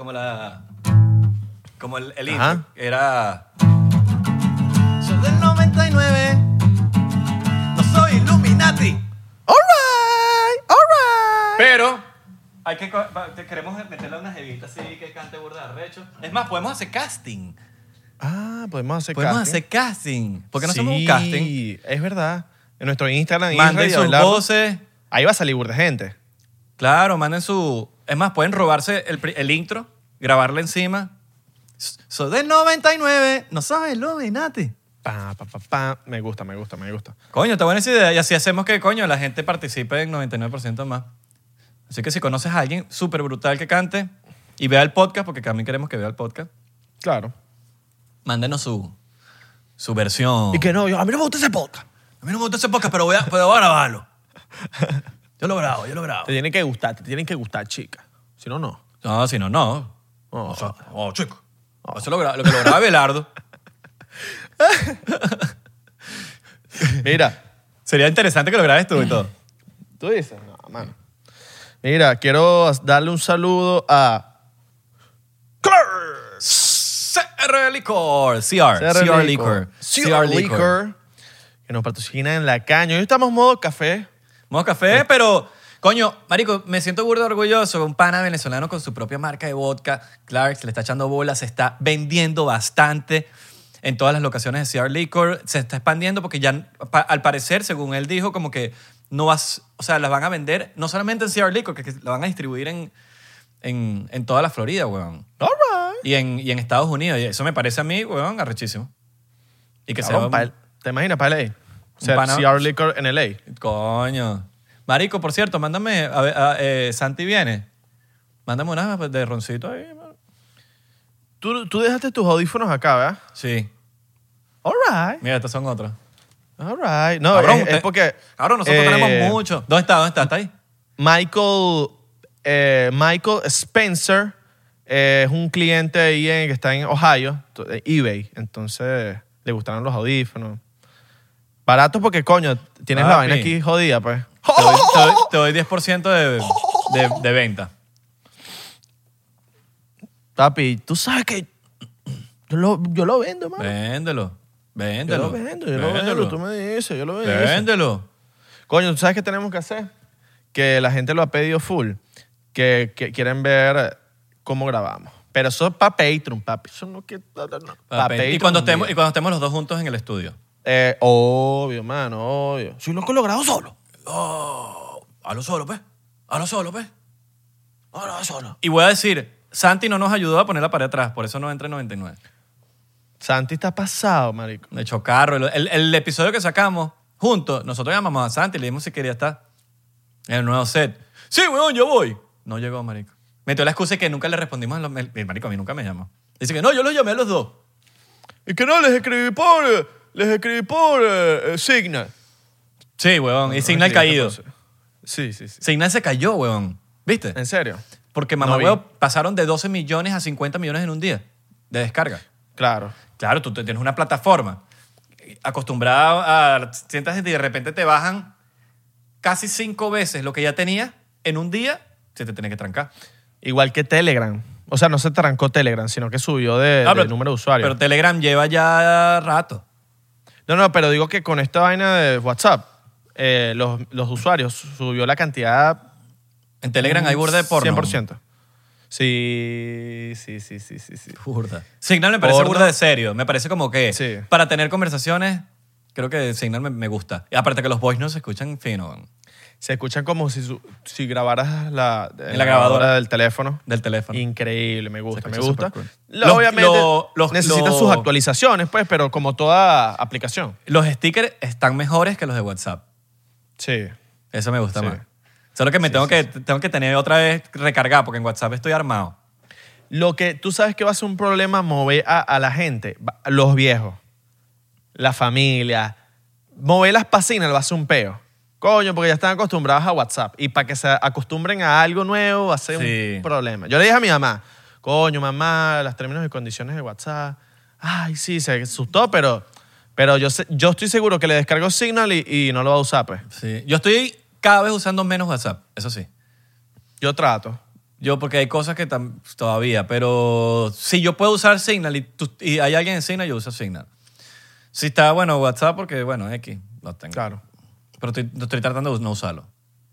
intro. Ajá. Era... Soy del 99. No soy Illuminati. All right. Pero queremos meterle una jevita así que cante burda de arrecho. Es más, podemos hacer casting. Podemos hacer Podemos casting. hacer casting. ¿Por qué no Sí, hacemos un casting? Es verdad. En nuestro Instagram, Manden Isra y sus Abelardo, voces. ahí va a salir burda de gente. Claro, manden su... Es más, pueden robarse el intro, grabarle encima. Soy del 99, no soy Illuminati. Me gusta. Coño, está buena esa idea. Y así hacemos que, coño, la gente participe en 99% más. Así que si conoces a alguien súper brutal que cante y vea el podcast, porque también queremos que vea el podcast, Claro. mándenos su versión. Y que no, a mí no me gusta ese podcast. A mí no me gusta ese podcast, pero voy a grabarlo. Yo lo grabo. Te tienen que gustar, chica. Si no, no. No, si no, no. Oh. O sea, chico. Eso lo que lo graba Abelardo. Mira, Sería interesante que lo grabes tú y todo. tú dices, no, mano. Mira, quiero darle un saludo a CR Licor. CR Licor. CR Liquor, que nos patrocina en la caña. Hoy estamos modo café. Modo café, pero... Coño, marico, me siento burdo orgulloso. Un pana venezolano con su propia marca de vodka. Clark, se le está echando bola. Se está vendiendo bastante en todas las locaciones de CR Liquor. Se está expandiendo porque ya, al parecer, según él dijo, como que no vas... O sea, las van a vender no solamente en CR Liquor, que la van a distribuir en toda la Florida, weón. All right. y en Estados Unidos. Y eso me parece a mí, weón, arrechísimo. Y que Cabrón, sea... ¿te imaginas para LA? O sea, pana- CR Liquor en LA. Coño. Marico, por cierto, mándame... Santi viene. Mándame una de roncito ahí, mano. Tú dejaste tus audífonos acá, ¿verdad? Sí. All right. Mira, estos son otros. All right. No, Cabrón, es porque... Cabrón, nosotros tenemos mucho. ¿Dónde está? ¿Está ahí? Michael Spencer es un cliente ahí que está en Ohio, eBay. Entonces, le gustaron los audífonos. Baratos porque, coño, tienes la Papi. vaina aquí jodida, pues. Te doy 10% de venta. Papi, tú sabes que yo lo vendo, mano. Véndelo. Yo Véndelo. lo vendo. Tú me dices, yo lo vendo. Véndelo. Coño, ¿tú sabes qué tenemos que hacer? Que la gente lo ha pedido full. Que quieren ver cómo grabamos. Pero eso es para Patreon, papi. Eso no que... No, pa' Y cuando Patreon, estemos los dos juntos en el estudio. Obvio, mano, obvio. Si loco lo grabo solo. Hazlo solo, pues. Hazlo solo, pues. Ahora solo. Y voy a decir, Santi no nos ayudó a poner la pared atrás, por eso no entra en 99. Santi está pasado, marico. Me echó carro. El episodio que sacamos juntos, nosotros llamamos a Santi y le dijimos si quería estar en el nuevo set. Sí, weón, yo voy. No llegó, marico. Metió la excusa de que nunca le respondimos. El marico a mí nunca me llamó. Dice que no, yo los llamé a los dos. Y que no, les escribí por Signal. Sí, weón. Y Signal caído. Sí. Signal se cayó, weón. ¿Viste? ¿En serio? Porque No mamá, vi. weón, pasaron de 12 millones a 50 millones en un día de descarga. Claro. Claro, tú tienes una plataforma acostumbrada a cientos de gente y de repente te bajan casi 5 veces lo que ya tenías en un día, se te tiene que trancar. Igual que Telegram. O sea, no se trancó Telegram, sino que subió de número de usuarios. Pero Telegram lleva ya rato. No, pero digo que con esta vaina de WhatsApp, los usuarios subió la cantidad... En Telegram hay burda de porno. 100%. Sí. Burda. Signal me parece Porno. burda de serio. Me parece como que Sí. para tener conversaciones, creo que Signal me gusta. Y aparte que los voice no se escuchan fino Se escuchan como si grabaras la grabadora del teléfono. del teléfono. Increíble, me gusta, Se me escucha gusta. súper cool. Obviamente necesita sus actualizaciones, pues, pero como toda aplicación. Los stickers están mejores que los de WhatsApp. Sí. Eso me gusta Sí. más. Solo que tengo que tener otra vez recargado porque en WhatsApp estoy armado. Lo que tú sabes que va a ser un problema mover a la gente, los viejos, la familia, mover las pasinas va a ser un peo. Coño, porque ya están acostumbrados a WhatsApp. Y para que se acostumbren a algo nuevo va a ser Sí. un problema. Yo le dije a mi mamá, coño, mamá, los términos y condiciones de WhatsApp. Ay, sí, se asustó, pero yo estoy seguro que le descargó Signal y no lo va a usar, pues. Sí. Yo estoy cada vez usando menos WhatsApp, eso sí. Yo trato. Yo, porque hay cosas que todavía, pero si yo puedo usar Signal y hay alguien en Signal, yo uso Signal. Si está, bueno, WhatsApp, porque, bueno, X, lo tengo. Claro. Pero estoy tratando de no usarlo.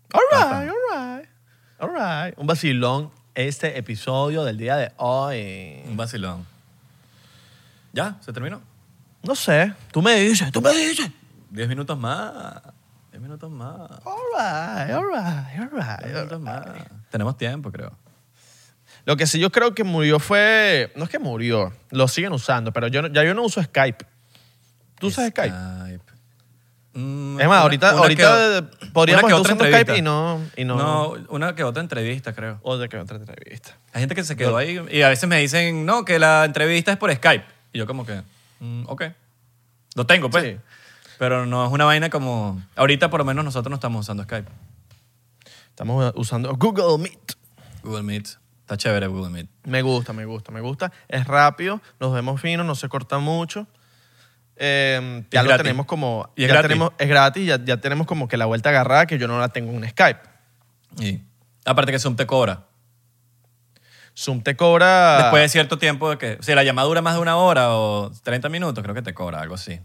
All right. Un vacilón este episodio del día de hoy. Un vacilón. ¿Ya? ¿Se terminó? No sé, tú me dices. 10 minutos más. 10 minutos más. All right. 10 minutos más. Tenemos tiempo, creo. Lo que sí yo creo que murió fue... No es que murió, lo siguen usando, pero yo no uso Skype. ¿Tú usas Skype? Es más, ahorita podríamos estar usando Skype y no... No, una que otra entrevista, creo. O de que otra entrevista. Hay gente que se quedó ahí y a veces me dicen, no, que la entrevista es por Skype. Y yo como que, ok. Lo tengo, pues. Sí. Pero no es una vaina como... Ahorita por lo menos nosotros no estamos usando Skype. Estamos usando Google Meet. Google Meet. Está chévere Google Meet. Me gusta. Es rápido, nos vemos finos, no se corta mucho. Ya lo gratis. tenemos como... Y es ya gratis. tenemos, es gratis, ya tenemos como que la vuelta agarrada que yo no la tengo en Skype. Y aparte que Zoom te cobra. Zoom te cobra... Después de cierto tiempo de que... Si la llamada dura más de 1 hora o 30 minutos, creo que te cobra algo así.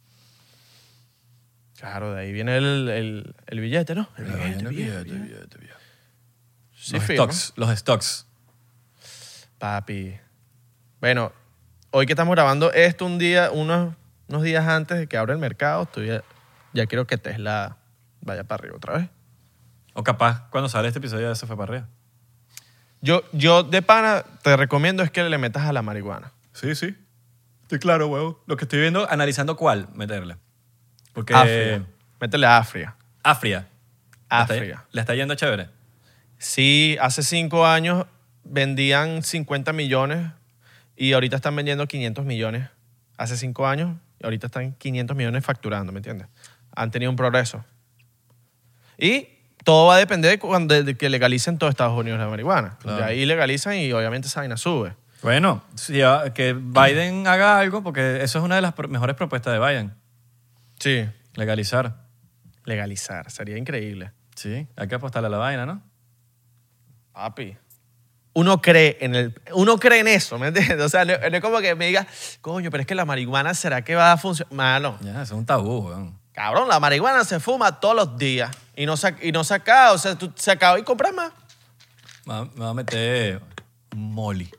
Claro, de ahí viene el billete, ¿no? El billete. Sí, Los firma. stocks. Los stocks. Papi. Bueno, hoy que estamos grabando esto unos días antes de que abra el mercado, ya quiero que Tesla vaya para arriba otra vez. O capaz, cuando sale este episodio ya se fue para arriba. Yo de pana te recomiendo es que le metas a la marihuana. Sí, sí. Estoy claro, huevo. Lo que estoy viendo, analizando cuál meterle. Porque... Afria. Métele a Afria. Afria. Afria. ¿Le está yendo chévere? Sí, hace 5 años vendían 50 millones y ahorita están vendiendo 500 millones. Hace 5 años y ahorita están 500 millones facturando, ¿me entiendes? Han tenido un progreso. Y todo va a depender de que legalicen todo Estados Unidos la marihuana. Claro. De ahí legalizan y obviamente esa vaina sube. Bueno, sí, que Biden haga algo, porque eso es una de las mejores propuestas de Biden. Sí. Legalizar. Legalizar, sería increíble. Sí, hay que apostarle a la vaina, ¿no? Papi. Uno cree en eso, ¿me entiendes? O sea, no es como que me diga, coño, pero es que la marihuana, ¿será que va a funcionar? Mano, Ya, eso es un tabú, weón. cabrón, la marihuana se fuma todos los días y no se acaba, o sea, tú se acaba y compras más. Me va a meter Molly.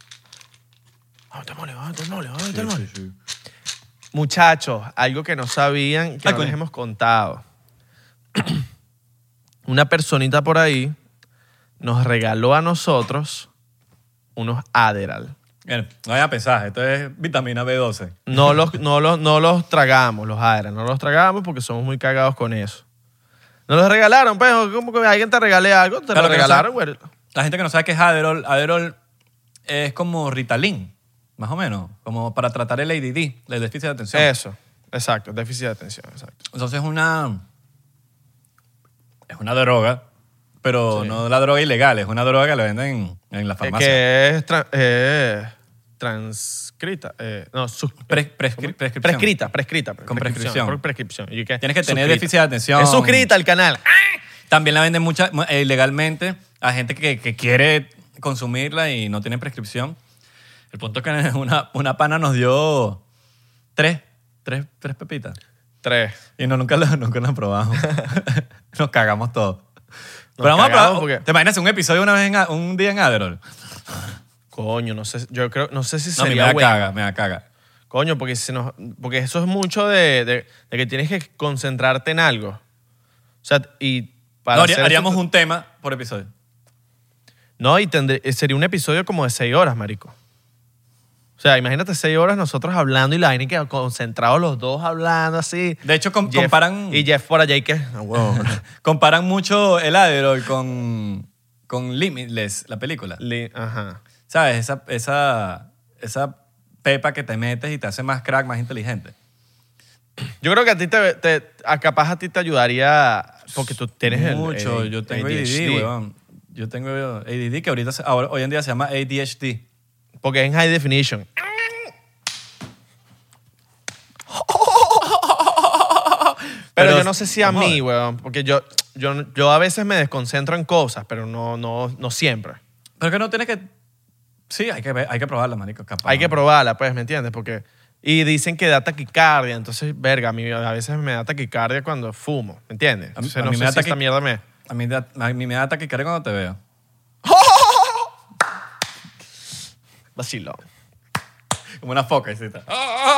Vamos a mole. Muchachos, algo que no sabían, que no les hemos contado. Una personita por ahí nos regaló a nosotros unos Adderall. Bien, no vayan a pensar, esto es vitamina B12. No los tragamos, los Adderall. No los tragamos porque somos muy cagados con eso. Nos los regalaron, pues, como que alguien te regale algo, te Claro, lo que no regalaron, sabe- güey. La gente que no sabe qué es Adderall es como Ritalin, más o menos, como para tratar el ADD, el déficit de atención. Eso, exacto, déficit de atención, exacto. Entonces es una droga, pero Sí. no la droga ilegal, es una droga que la venden en la farmacia. Que es transcrita. Prescripción. Prescrita. Con prescripción. Por prescripción. ¿Y qué? Tienes que tener Suscrita. déficit de atención. Es suscrita al canal. También la venden ilegalmente a gente que quiere consumirla y no tiene prescripción. El punto es que una pana nos dio tres pepitas. 3. Y nunca la probamos. Nos cagamos todos. Nos Pero vamos a cagamos probar. porque- ¿Te imaginas un episodio un día en Adderall? Coño, no sé, yo creo, no sé si No, a mí sería bueno. me da caga. Coño, porque eso es mucho de que tienes que concentrarte en algo. O sea, y para No, hacer haríamos esto- un tema por episodio. No, y sería un episodio como de 6 horas, marico. O sea, imagínate 6 horas nosotros hablando y la vaina y que concentrados los dos hablando así. De hecho, Jeff- comparan... Y Jeff por allá y que... Ah, huevón. Comparan mucho el Adderall con Limitless, la película. Ajá. ¿Sabes? Esa pepa que te metes y te hace más crack, más inteligente. Yo creo que a ti capaz a ti te ayudaría porque tú tienes Mucho. Yo tengo ADD, weón. Yo tengo ADD que hoy en día se llama ADHD. Porque es en high definition. Pero yo no sé si a mí, weón, porque yo a veces me desconcentro en cosas, pero no siempre. Pero que no tienes que... Sí, hay que probarla, marico. Capaz. Hay que probarla, pues, ¿me entiendes? Porque... Y dicen que da taquicardia, entonces, verga, a mí a veces me da taquicardia cuando fumo, ¿me entiendes? Entonces, a no mí sé me da si esta mierda me... A mí me da taquicardia cuando te veo. Vacilón. Como una foca, y cita.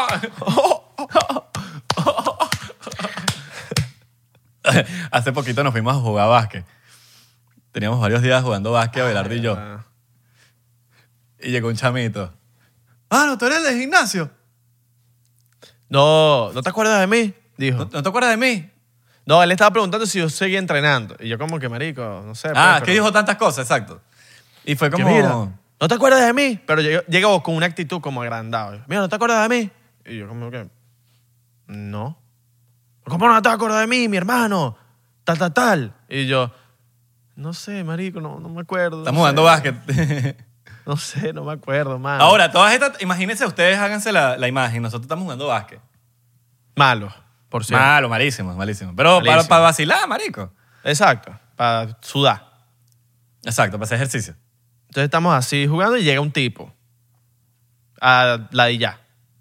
Hace poquito nos fuimos a jugar básquet. Teníamos varios días jugando básquet, Abelardo y yo. Y llegó un chamito. No, tú eres del gimnasio. No te acuerdas de mí? Dijo. ¿No te acuerdas de mí? No, él estaba preguntando si yo seguía entrenando. Y yo como que, marico, no sé. Ah, pues, que dijo tantas cosas, exacto. Y fue que como... mira, ¿no te acuerdas de mí? Pero llegó con una actitud como agrandado. Mira, ¿no te acuerdas de mí? Y yo como que, no. ¿Cómo no te acuerdas de mí, mi hermano? Tal. Y yo, no sé, marico, no me acuerdo. Estamos jugando básquet. No sé, no me acuerdo, mano. Ahora, todas estas... Imagínense ustedes, háganse la imagen. Nosotros estamos jugando básquet. Malo, por cierto. Malo, malísimo. Pero Malísimo. para vacilar, marico. Exacto, para sudar. Exacto, para hacer ejercicio. Entonces estamos así jugando y llega un tipo a ladillar.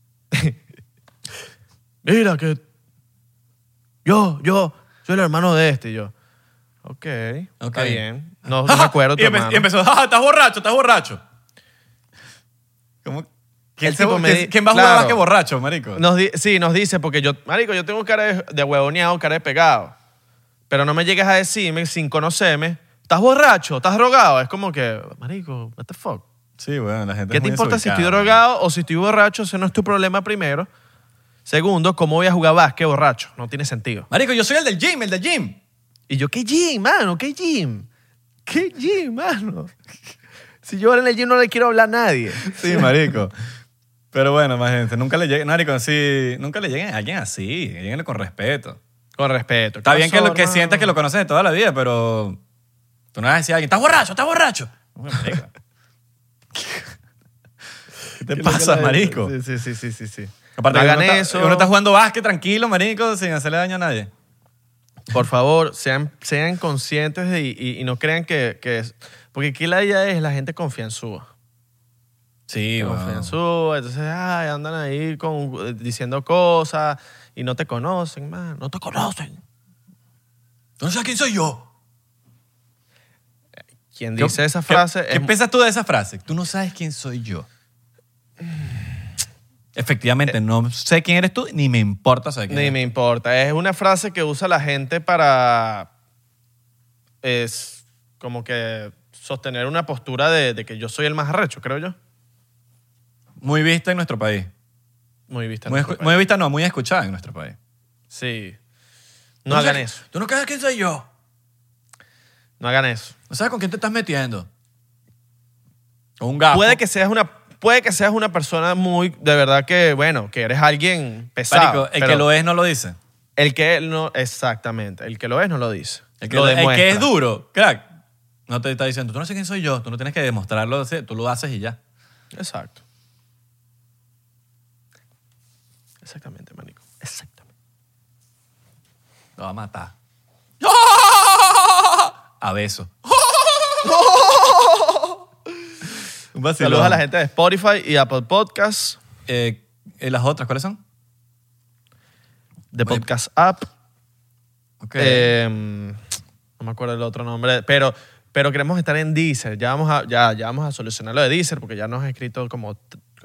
Mira que yo soy el hermano de este. Y yo, ok, está bien. No me acuerdo tu hermano. Y empezó, estás borracho. ¿Cómo? ¿Quién va a jugar claro. más que borracho, marico? Sí, nos dice, porque marico, yo tengo cara de huevoneado, cara de pegado. Pero no me llegues a decirme, sin conocerme, ¿Estás borracho? ¿Estás drogado? Es como que, marico, what the fuck. Sí, bueno, la gente ¿Qué es te muy importa si desubicada, estoy drogado o si estoy borracho? Ese no es tu problema primero. Segundo, ¿cómo voy a jugar básquet borracho? No tiene sentido. Marico, yo soy el del gym. Y yo, ¿qué gym, mano? ¿Qué gym? ¿Qué gym, mano? Si yo ahora en el gym no le quiero hablar a nadie. Sí, marico. Pero bueno, más gente, nunca le lleguen, marico, así, nunca le lleguen a alguien así, lléguenle con respeto. Con respeto. Está bien que lo que hermano? sientas que lo conoces de toda la vida, pero tú no vas a decir a alguien, ¿estás borracho? No, marico. ¿Qué te pasa, marico? Sí. Aparte, No que hagan uno eso. uno está jugando básquet tranquilo, marico, sin hacerle daño a nadie. Por favor, sean conscientes y no crean que es... Porque aquí la idea es la gente confianzúa. Sí, bueno. Confianzúa, entonces andan ahí diciendo cosas y no te conocen, man. No te conocen. ¿Tú no sabes quién soy yo? Quien dice esa frase ¿Qué piensas tú de esa frase? Tú no sabes quién soy yo. Efectivamente, no sé quién eres tú, ni me importa saber quién Ni eres. me importa. Es una frase que usa la gente para... Es como que sostener una postura de que yo soy el más arrecho, creo yo. Muy vista en nuestro país. Muy vista. en Muy, nuestro muy país. vista, no, muy escuchada en nuestro país. Sí. ¿Tú No hagan sabes- eso. ¿Tú no sabes quién soy yo? No hagan eso. ¿No sabes con quién te estás metiendo? Con un gato. Puede que seas una persona muy, de verdad que, bueno, que eres alguien pesado. Marico, el pero que lo es no lo dice. El que no, exactamente. El que lo es no lo dice. El que, lo el demuestra. que es duro, crack, no te está diciendo, tú no sabes quién soy yo, tú no tienes que demostrarlo, tú lo haces y ya. Exacto. Exactamente, manico. Exactamente. Lo va a matar. A beso. Un vacilón. Saludos a la gente de Spotify y Apple Podcasts, ¿Las otras cuáles son? de Podcast App. Ok. No me acuerdo el otro nombre, pero queremos estar en Deezer. Ya vamos a solucionar lo de Deezer porque ya nos ha escrito como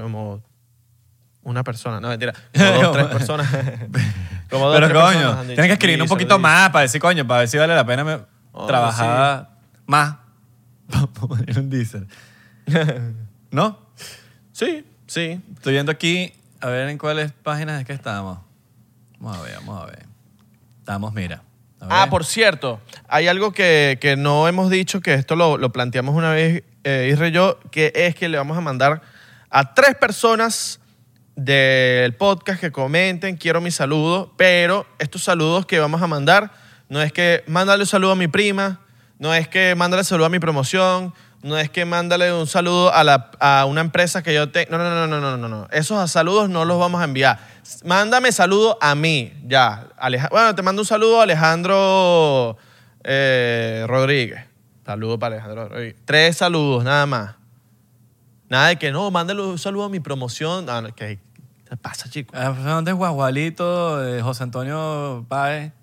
una persona. No, mentira. Como 2, 3 personas. Como 2, Pero 3 personas coño, han dicho, tienes que escribir un Deezer, poquito Deezer. más para decir, coño, para ver si vale la pena trabajar más. Para poner un Deezer. ¿No? Sí. Estoy viendo aquí, a ver en cuáles páginas es que estamos. Vamos a ver. Estamos, mira. A ver. Por cierto, hay algo que no hemos dicho, que esto lo planteamos una vez, Isra y yo, que es que le vamos a mandar a 3 personas del podcast que comenten, quiero mi saludo, pero estos saludos que vamos a mandar no es que mándale un saludo a mi prima, no es que mándale saludo a mi promoción, no es que mándale un saludo a una empresa que yo tengo. No. Esos saludos no los vamos a enviar. Mándame saludo a mí, ya. Bueno, te mando un saludo a Alejandro Rodríguez. Saludo para Alejandro Rodríguez. 3 saludos, nada más. Nada de que no, mándale un saludo a mi promoción. No, ¿qué te pasa, chico? ¿Dónde es Guagualito, José Antonio Páez?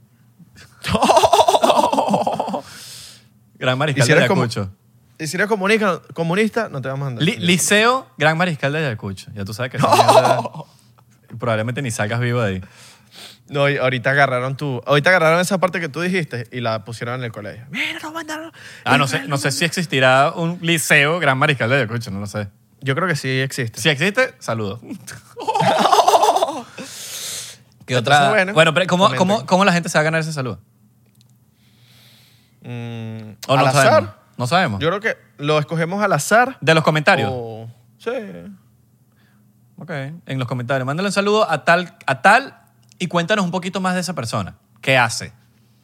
Gran Mariscal de Ayacucho. Y si eres comunista, no te vamos a mandar. Liceo Gran Mariscal de Ayacucho. Ya tú sabes que esa mierda, probablemente ni salgas vivo de ahí. No, y ahorita agarraron esa parte que tú dijiste y la pusieron en el colegio. Mira, no mandaron. No sé si existirá un Liceo Gran Mariscal de Ayacucho, no lo sé. Yo creo que sí existe. Si existe, saludos. ¿Qué Entonces, otra? bueno, pero comenten. ¿cómo la gente se va a ganar ese saludo? ¿O ¿Al no azar? sabemos? No sabemos. Yo creo que lo escogemos al azar. De los comentarios. Sí. Ok, en los comentarios. Mándale un saludo a tal y cuéntanos un poquito más de esa persona. ¿Qué hace?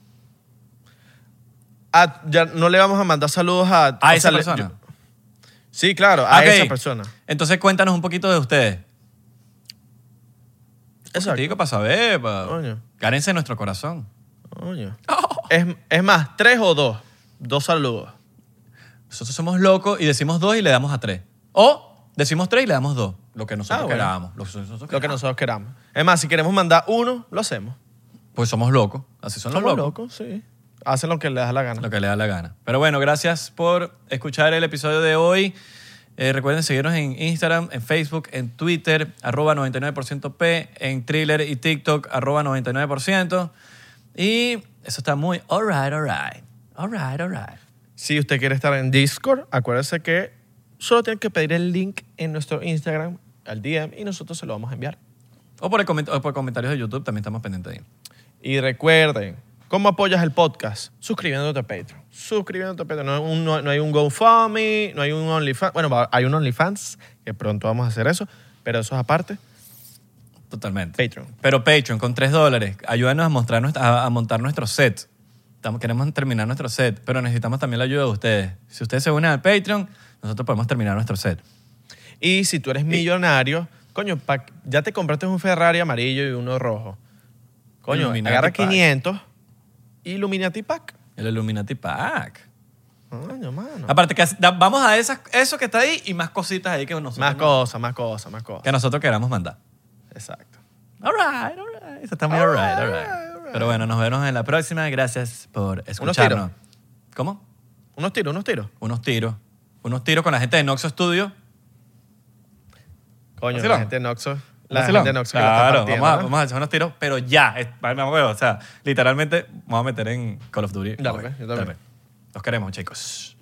Ya no le vamos a mandar saludos a ¿A esa persona? Sí, claro, a Ok. esa persona. Entonces cuéntanos un poquito de ustedes. Exacto. Para saber, Coño. Cárense en nuestro corazón. Coño. Es más, 3 o 2. 2 saludos. Nosotros somos locos y decimos 2 y le damos a 3. O decimos 3 y le damos 2. Lo que nosotros bueno. queramos. Lo que nosotros queramos. Es más, si queremos mandar 1, lo hacemos. Pues somos locos. Así son los Somos locos. locos, sí. Hacen lo que les da la gana. Lo que le da la gana. Pero bueno, gracias por escuchar el episodio de hoy. Recuerden seguirnos en Instagram, en Facebook, en Twitter, @99%P, en Thriller y TikTok, @99%. Y eso está muy alright. Si usted quiere estar en Discord, acuérdese que solo tiene que pedir el link en nuestro Instagram al DM y nosotros se lo vamos a enviar. O por comentarios de YouTube, también estamos pendientes ahí. Y recuerden, ¿cómo apoyas el podcast? Suscribiéndote a Patreon. Suscribiéndote a Patreon. No hay un GoFundMe, no hay un OnlyFans. Bueno, hay un OnlyFans, que pronto vamos a hacer eso, pero eso es aparte. Totalmente. Patreon. Pero Patreon, con $3, ayúdanos a montar nuestro set. Queremos terminar nuestro set, pero necesitamos también la ayuda de ustedes. Si ustedes se unen al Patreon, nosotros podemos terminar nuestro set. Y si tú eres millonario, coño, ya te compraste un Ferrari amarillo y uno rojo. Coño, Illuminati agarra Pack. 500 Illuminati Pack. El Illuminati Pack. Coño, mano. Aparte que vamos a eso que está ahí y más cositas ahí que nosotros, Más cosas. que nosotros queramos mandar. Exacto. All right. Eso está muy all right. Pero bueno, nos vemos en la próxima. Gracias por escucharnos. ¿Cómo? Unos tiros. Unos tiros con la gente de Noxo Studio. Coño, Vacilón. la gente de Noxo. La Vacilón. gente de Noxo que la está Claro, partiendo, vamos a hacer unos tiros, pero ya. O sea, literalmente vamos a meter en Call of Duty. Dale, hoy. pues, yo también. Dale. Los queremos, chicos.